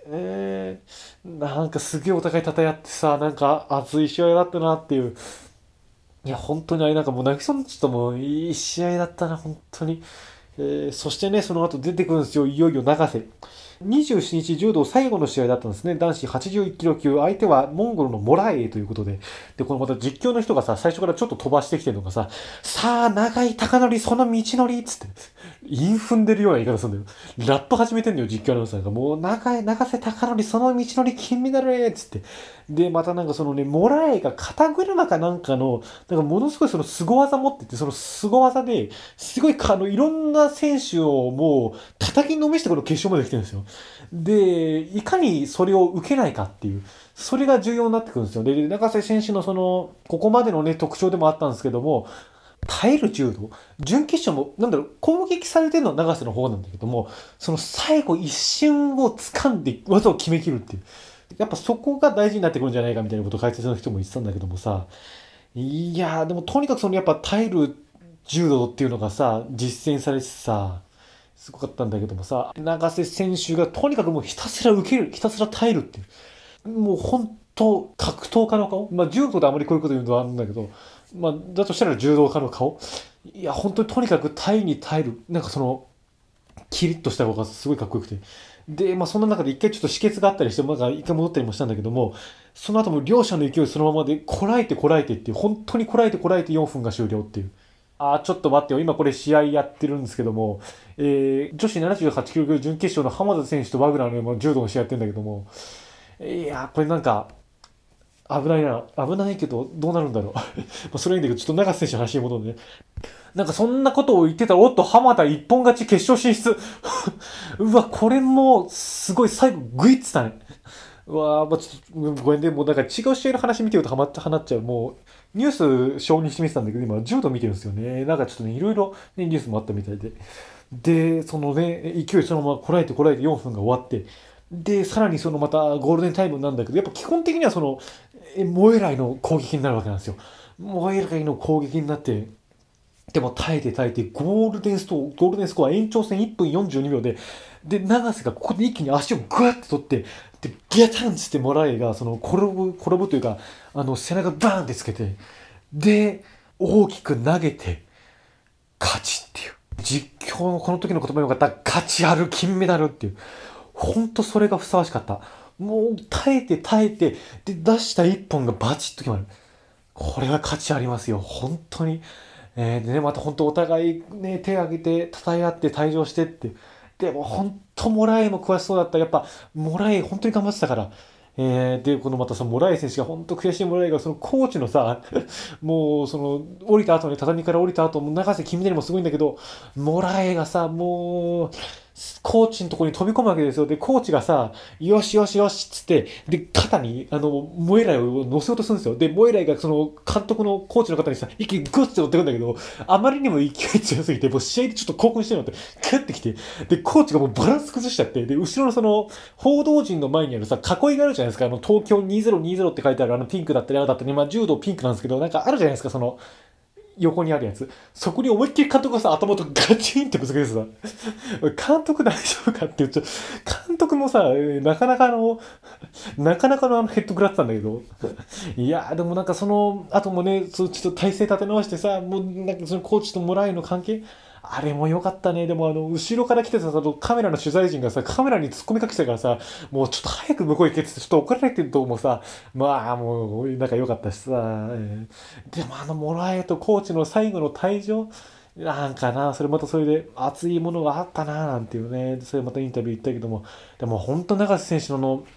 なんかすげえお互い称ってさ、なんか熱い試合だったなっていう。いや、本当にあれなんかもう泣きそうになっちゃったもん。いい試合だったな、本当に。そしてね、その後出てくるんですよ。いよいよ永瀬。27日柔道最後の試合だったんですね。男子81キロ級。相手はモンゴルのモラエイということで。で、このまた実況の人がさ、最初からちょっと飛ばしてきてるのがさ、さあ、長い高則その道のりっつって、韻踏んでるような言い方するんだよ。ラップ始めてんだよ、実況アナウンサーが。もう、長瀬高則その道のり金メダルっつって。で、またなんかそのね、モラエイが肩車かなんかの、なんかものすごいその凄技持ってて、その凄技で、すごいいろんな選手をもう叩きのめしてこの決勝まで来てるんですよ。で、いかにそれを受けないかっていう、それが重要になってくるんですよ。で、永瀬選手のその、ここまでのね、特徴でもあったんですけども、耐える柔道、準決勝も、なんだろう、攻撃されてるのは永瀬の方なんだけども、その最後一瞬を掴んで技を決めきるっていう。やっぱそこが大事になってくるんじゃないかみたいなことを解説の人も言ってたんだけどもさ、いやー、でもとにかくそのやっぱ耐える柔道っていうのがさ、実践されてさ、すごかったんだけどもさ、永瀬選手がとにかくもうひたすら受ける、ひたすら耐えるっていう。もう本当格闘家の顔。まあ柔道であまりこういうこと言うのはあるんだけど、まあだとしたら柔道家の顔。いや、本当にとにかく耐えに耐える。なんかその、キリッとした方がすごいかっこよくて。で、まあそんな中で一回ちょっと止血があったりして、まあ一回戻ったりもしたんだけども、その後も両者の勢いそのままで、こらえてこらえてっていう、本当にこらえてこらえて4分が終了っていう。ちょっと待ってよ。今これ試合やってるんですけども、女子78キロ級準決勝の浜田選手とワグナーの柔道の試合やってるんだけども、いやこれなんか、危ないな。危ないけど、どうなるんだろう。まあそれはいいんだけど、ちょっと永瀬選手の話に戻るね。なんかそんなことを言ってたら、おっと、浜田一本勝ち決勝進出。うわ、これも、すごい最後、グイッつったね。うわまあ、ちょっと、ごめんね。もうなんか違う試合の話見てると放っちゃう。もう、ニュース承認してみてたんだけど、今、柔道見てるんですよね。なんかちょっとね、いろいろ、ね、ニュースもあったみたいで。で、そのね、勢いそのままこらえてこらえて4分が終わって、で、さらにそのまたゴールデンタイムなんだけど、やっぱ基本的にはその、モエライの攻撃になるわけなんですよ。モエライの攻撃になって、でも耐えて耐えて、ゴールデンスコア延長戦1分42秒で、で、永瀬がここで一気に足をグワッて取って、で、ギャタンつってモラエイが、その、転ぶというか、背中バーンってつけて、で、大きく投げて、勝ちっていう。実況のこの時の言葉もよかった。勝ちある金メダルっていう。ほんとそれがふさわしかった。もう耐えて耐えて、で、出した一本がバチッと決まる。これは価値ありますよ。本当に。でね、また本当お互いね、手を挙げて、称え合って退場してって。でも本当モラエイも詳しそうだった。やっぱ、モラエイ本当に頑張ってたから。で、このまたそのモラエイ選手が本当悔しいモラエイが、そのコーチのさ、もうその、降りた後ね、畳から降りた後、もう永瀬金メダルもすごいんだけど、モラエイがさ、もう、コーチのところに飛び込むわけですよ。で、コーチがさ、よしよしよしっつって、で、肩に、モエライを乗せようとするんですよ。で、モエライがその、監督のコーチの方にさ、一気にグッて乗ってくんだけど、あまりにも勢い強すぎて、もう試合でちょっと興奮してるのって、グッてきて、で、コーチがもうバランス崩しちゃって、で、後ろのその、報道陣の前にあるさ、囲いがあるじゃないですか。東京2020って書いてあるピンクだったり青だったり、まあ、柔道ピンクなんですけど、なんかあるじゃないですか、その、横にあるやつ。そこに思いっきり監督がさ、頭とガチンってぶつけてさ、監督大丈夫かって言っちゃう。監督もさ、なかなかのヘッド食らってたんだけど。いやー、でもなんかその後もね、ちょっと体勢立て直してさ、もうなんかそのコーチとモライの関係、あれも良かったね。でも後ろから来てたさ、カメラの取材陣がさ、カメラに突っ込みかけてたからさ、もうちょっと早く向こう行けってちょっと怒られてるともさ、まあもう、なんか良かったしさ、でもモラエとコーチの最後の退場、なんかな、それまたそれで熱いものがあったな、なんていうね、それまたインタビュー言ったけども、でも本当永瀬選手の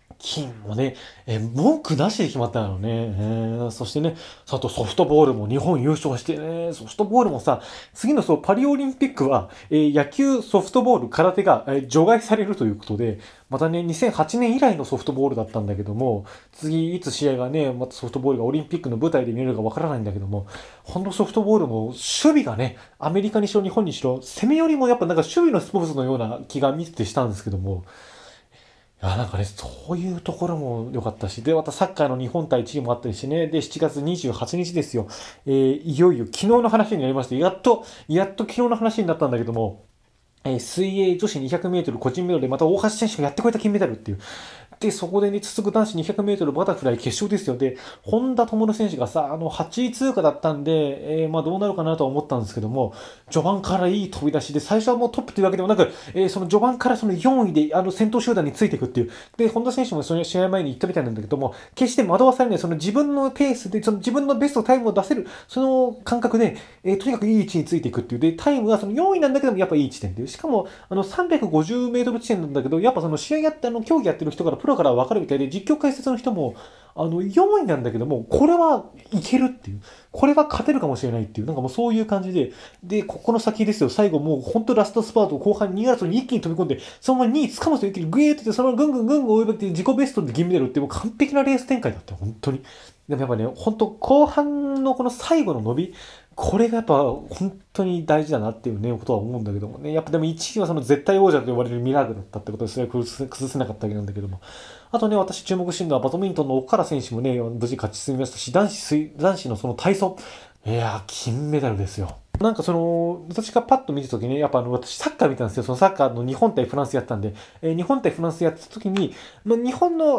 金もね、文句なしで決まったのね。そしてね、あとソフトボールも日本優勝してね、ソフトボールもさ、次のそうパリオリンピックは、野球、ソフトボール、空手が、除外されるということで、またね、2008年以来のソフトボールだったんだけども、次いつ試合がね、またソフトボールがオリンピックの舞台で見れるかわからないんだけども、ほんとソフトボールも守備がね、アメリカにしろ日本にしろ、攻めよりもやっぱなんか守備のスポーツのような気が見ててしたんですけども、いや、なんかね、そういうところも良かったし、で、またサッカーの日本対チームもあったりしてね、で、7月28日ですよ。いよいよ昨日の話になりまして、やっと昨日の話になったんだけども、水泳女子200メートル個人メドレーでまた大橋選手がやってくれた金メダルっていう。で、そこでね、続く男子200メートルバタフライ決勝ですよ。で、本多灯選手がさ、8位通過だったんで、まあどうなるかなとは思ったんですけども、序盤からいい飛び出しで、最初はもうトップというわけでもなく、その序盤からその4位で、先頭集団についていくっていう。で、本田選手もその試合前に言ったみたいなんだけども、決して惑わされない、その自分のペースで、その自分のベストタイムを出せる、その感覚で、とにかくいい位置についていくっていう。で、タイムがその4位なんだけども、やっぱいい地点っていう。しかも、350メートル地点なんだけど、やっぱその試合やって、競技やってる人から、プロから分かるみたいで、実況解説の人も、4位なんだけども、これはいけるっていう。これは勝てるかもしれないっていう。なんかもうそういう感じで、で、ここの先ですよ。最後もう本当ラストスパート後半2位争いに一気に飛び込んで、そのまま2位掴むと一気にグイーって言って、そのままぐんぐんぐんぐん追いかけて自己ベストで銀メダルってもう完璧なレース展開だった。本当に。でもやっぱね、本当後半のこの最後の伸び、これがやっぱ本当に大事だなっていうね、ことは思うんだけどもね。やっぱでも1位はその絶対王者と呼ばれるミラークだったってことで、それは崩せなかったわけなんだけども。あとね、私注目してるのはバドミントンの奥原選手もね、無事勝ち進みましたし、男子のその体操、いやー、金メダルですよ。なんかその、私がパッと見たときに、やっぱ私サッカー見たんですよ。そのサッカーの日本対フランスやったんで、日本対フランスやったときに、日本の、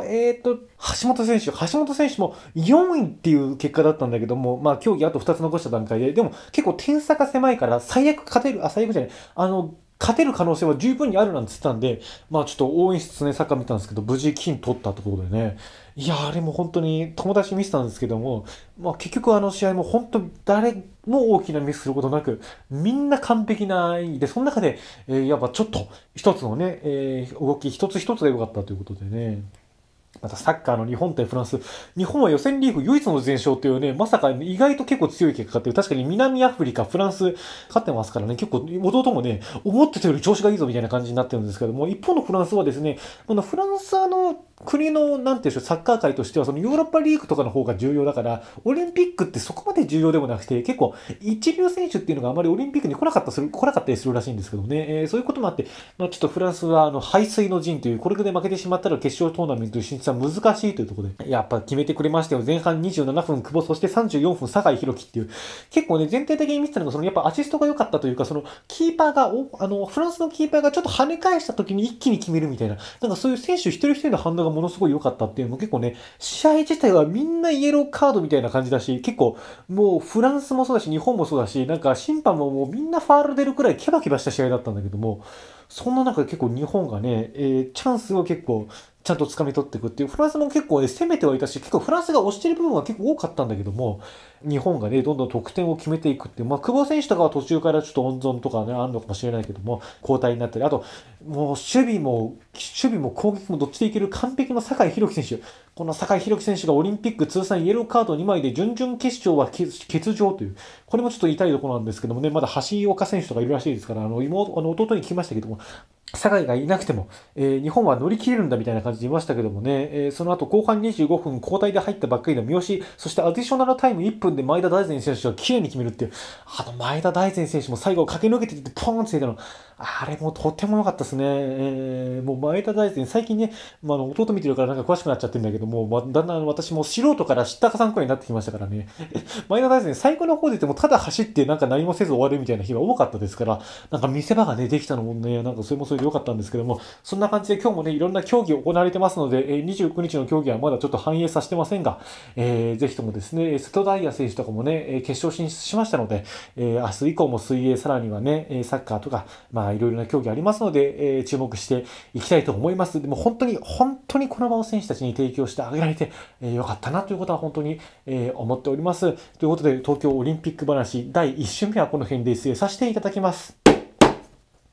橋本選手も4位っていう結果だったんだけども、まあ競技あと2つ残した段階で、でも結構点差が狭いから、最悪じゃない、勝てる可能性は十分にあるなんて言ってたんで、まあちょっと応援しつつね、サッカー見たんですけど、無事金取ったってことでね。いや、あれも本当に友達見てたんですけども、まあ結局あの試合も本当に誰も大きなミスすることなく、みんな完璧な演技で、その中で、やっぱちょっと一つのね、動き一つ一つが良かったということでね。またサッカーの日本対フランス。日本は予選リーグ唯一の全勝っていうね、まさか意外と結構強い結果っていう、確かに南アフリカ、フランス勝ってますからね、結構弟もね、思ってたより調子がいいぞみたいな感じになってるんですけども、一方のフランスはですね、フランス国の、なんていうんでしょう、サッカー界としては、そのヨーロッパリーグとかの方が重要だから、オリンピックってそこまで重要でもなくて、結構、一流選手っていうのがあまりオリンピックに来なかったりするらしいんですけどね、そういうこともあって、まあ、ちょっとフランスは、背水の陣という、これで負けてしまったら決勝トーナメント進出は難しいというところで、やっぱ決めてくれましたよ。前半27分、久保、そして34分、酒井宏樹っていう、結構ね、全体的に見てたのが、やっぱアシストが良かったというか、キーパーが、フランスのキーパーがちょっと跳ね返した時に一気に決めるみたいな、なんかそういう選手一人一人の反応がものすごい良かったっていうのも結構ね、試合自体はみんなイエローカードみたいな感じだし、結構もうフランスもそうだし、日本もそうだし、なんか審判ももうみんなファール出るくらいケバケバした試合だったんだけども、そんな中で結構日本がね、チャンスを結構ちゃんと掴み取っていくっていう、フランスも結構ね、攻めてはいたし、結構フランスが押してる部分は結構多かったんだけども、日本がね、どんどん得点を決めていくっていう、まあ、久保選手とかは途中からちょっと温存とかね、あるのかもしれないけども、交代になったり、あと、もう守備も攻撃もどっちでいける完璧な酒井宏樹選手。この酒井宏樹選手がオリンピック通算イエローカード2枚で準々決勝は欠場という、これもちょっと痛いところなんですけどもね、まだ橋岡選手とかいるらしいですから、弟に聞きましたけども、酒井がいなくても、日本は乗り切れるんだみたいな感じで言いましたけどもね、その後後半25分交代で入ったばっかりの三好、そしてアディショナルタイム1分で前田大然選手が綺麗に決めるっていう、前田大然選手も最後駆け抜けていってポーンってついたの、あれもとても良かったですね。もう前田大然、最近ね、弟見てるからなんか詳しくなっちゃってるんだけども、だんだん私も素人から知ったかさんくらいになってきましたからね。前田大然、最後の方で言ってもただ走ってなんか何もせず終わるみたいな日が多かったですから、なんか見せ場がね、できたのもね、なんかそれもそれで良かったんですけども、そんな感じで今日もね、いろんな競技行われてますので、29日の競技はまだちょっと反映させてませんが、ぜひともですね、瀬戸大也選手とかもね、決勝進出しましたので、明日以降も水泳、さらにはね、サッカーとか、まあいろいろな競技ありますので、注目していきたいと思います。でも本当にこの場を選手たちに提供してあげられて、よかったなということは本当に、思っております。ということで、東京オリンピック話第1週目はこの辺で失礼させていただきます。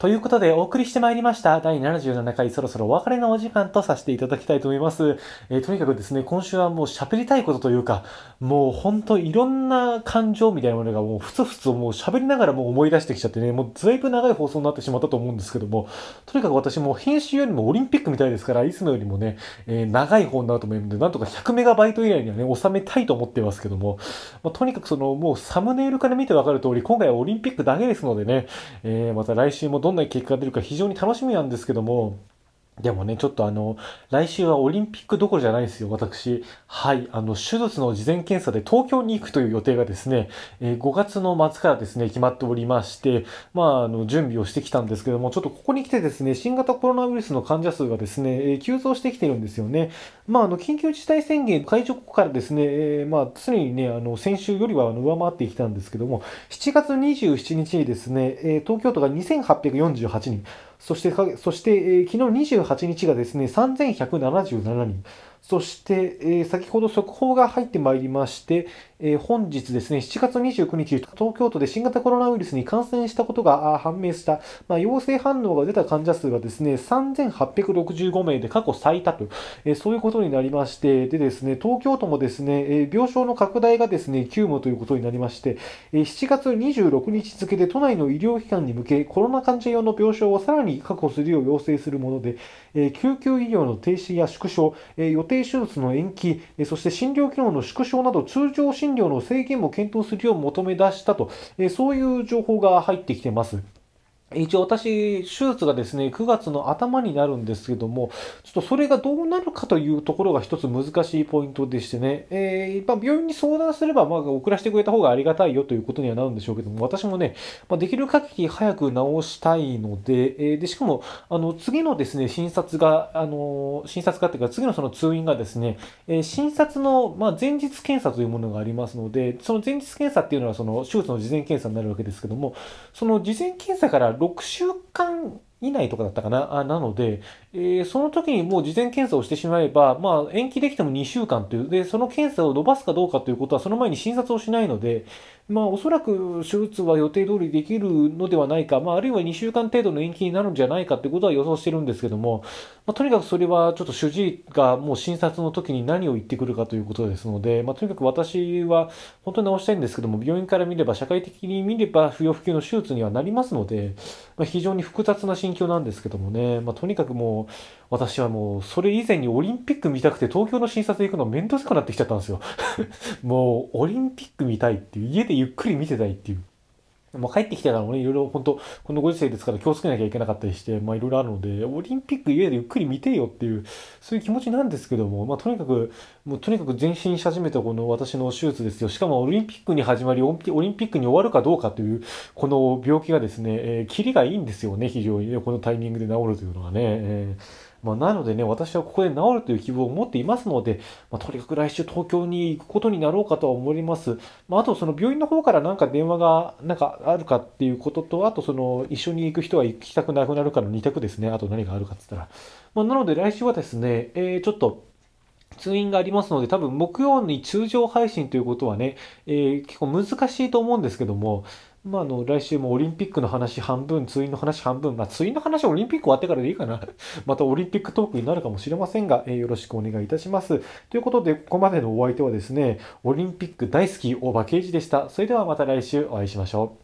ということで、お送りしてまいりました第77回、そろそろお別れのお時間とさせていただきたいと思います。とにかくですね、今週はもう喋りたいことというか、もう本当いろんな感情みたいなものがもうふつふつもう喋りながらもう思い出してきちゃってね、もうずいぶん長い放送になってしまったと思うんですけども、とにかく私も編集よりもオリンピックみたいですから、いつもよりもね、長い方になると思うので、なんとか100メガバイト以内にはね、収めたいと思ってますけども、とにかくもうサムネイルから見てわかる通り、今回はオリンピックだけですのでね、また来週もどんな結果が出るか非常に楽しみなんですけども、でもね、ちょっと来週はオリンピックどころじゃないですよ、私。はい、手術の事前検査で東京に行くという予定がですね、5月の末からですね、決まっておりまして、準備をしてきたんですけども、ちょっとここに来てですね、新型コロナウイルスの患者数がですね、急増してきてるんですよね。緊急事態宣言解除後からですね、常にね、先週よりは上回ってきたんですけども、7月27日にですね、東京都が2848人、そして昨日28日がですね、3177人。そして、先ほど速報が入ってまいりまして、本日ですね、7月29日、東京都で新型コロナウイルスに感染したことが判明した、陽性反応が出た患者数がですね、3865名で過去最多と、そういうことになりまして、でですね、東京都もですね、病床の拡大がですね、急務ということになりまして、7月26日付で都内の医療機関に向け、コロナ患者用の病床をさらに確保するよう要請するもので、救急医療の停止や縮小、予定手術の延期、そして診療機能の縮小など通常診療の制限も検討するよう求め出したと、そういう情報が入ってきています。一応私、手術がですね、9月の頭になるんですけども、ちょっとそれがどうなるかというところが一つ難しいポイントでしてね、病院に相談すれば、遅らせてくれた方がありがたいよということにはなるんでしょうけども、私もね、できる限り早く治したいので、しかも、次のですね、診察がっていうか、次のその通院がですね、診察の、前日検査というものがありますので、その前日検査っていうのは、その手術の事前検査になるわけですけども、その事前検査から6週間以内とかだったかな。なので、その時にもう事前検査をしてしまえば、延期できても2週間という、で、その検査を伸ばすかどうかということは、その前に診察をしないので、おそらく手術は予定通りできるのではないか、あるいは2週間程度の延期になるんじゃないかということは予想してるんですけども、とにかくそれはちょっと主治医がもう診察の時に何を言ってくるかということですので、とにかく私は本当に治したいんですけども、病院から見れば、社会的に見れば不要不急の手術にはなりますので、非常に複雑な心境なんですけどもね、とにかくもう、私はもう、それ以前にオリンピック見たくて東京の診察行くのめんどくさくなってきちゃったんですよ。もう、オリンピック見たいっていう、家でゆっくり見てたいっていう。帰ってきてからもね、いろいろ本当、このご時世ですから気をつけなきゃいけなかったりして、いろいろあるので、オリンピック家でゆっくり見てよっていう、そういう気持ちなんですけども、とにかく前進し始めたこの私の手術ですよ。しかもオリンピックに始まり、オリンピックに終わるかどうかという、この病気がですね、キリがいいんですよね、非常にね、このタイミングで治るというのはね。なのでね、私はここで治るという希望を持っていますので、とにかく来週東京に行くことになろうかとは思います。あとその病院の方からなんか電話がなんかあるかっていうことと、あとその一緒に行く人は行きたくなくなるかの2択ですね。あと何があるかって言ったら。なので来週はですね、ちょっと通院がありますので、多分木曜に通常配信ということはね、結構難しいと思うんですけども、来週もオリンピックの話半分、通院の話半分、通院の話はオリンピック終わってからでいいかな。またオリンピックトークになるかもしれませんが、よろしくお願いいたします。ということで、ここまでのお相手はですね、オリンピック大好き大場啓二でした。それではまた来週お会いしましょう。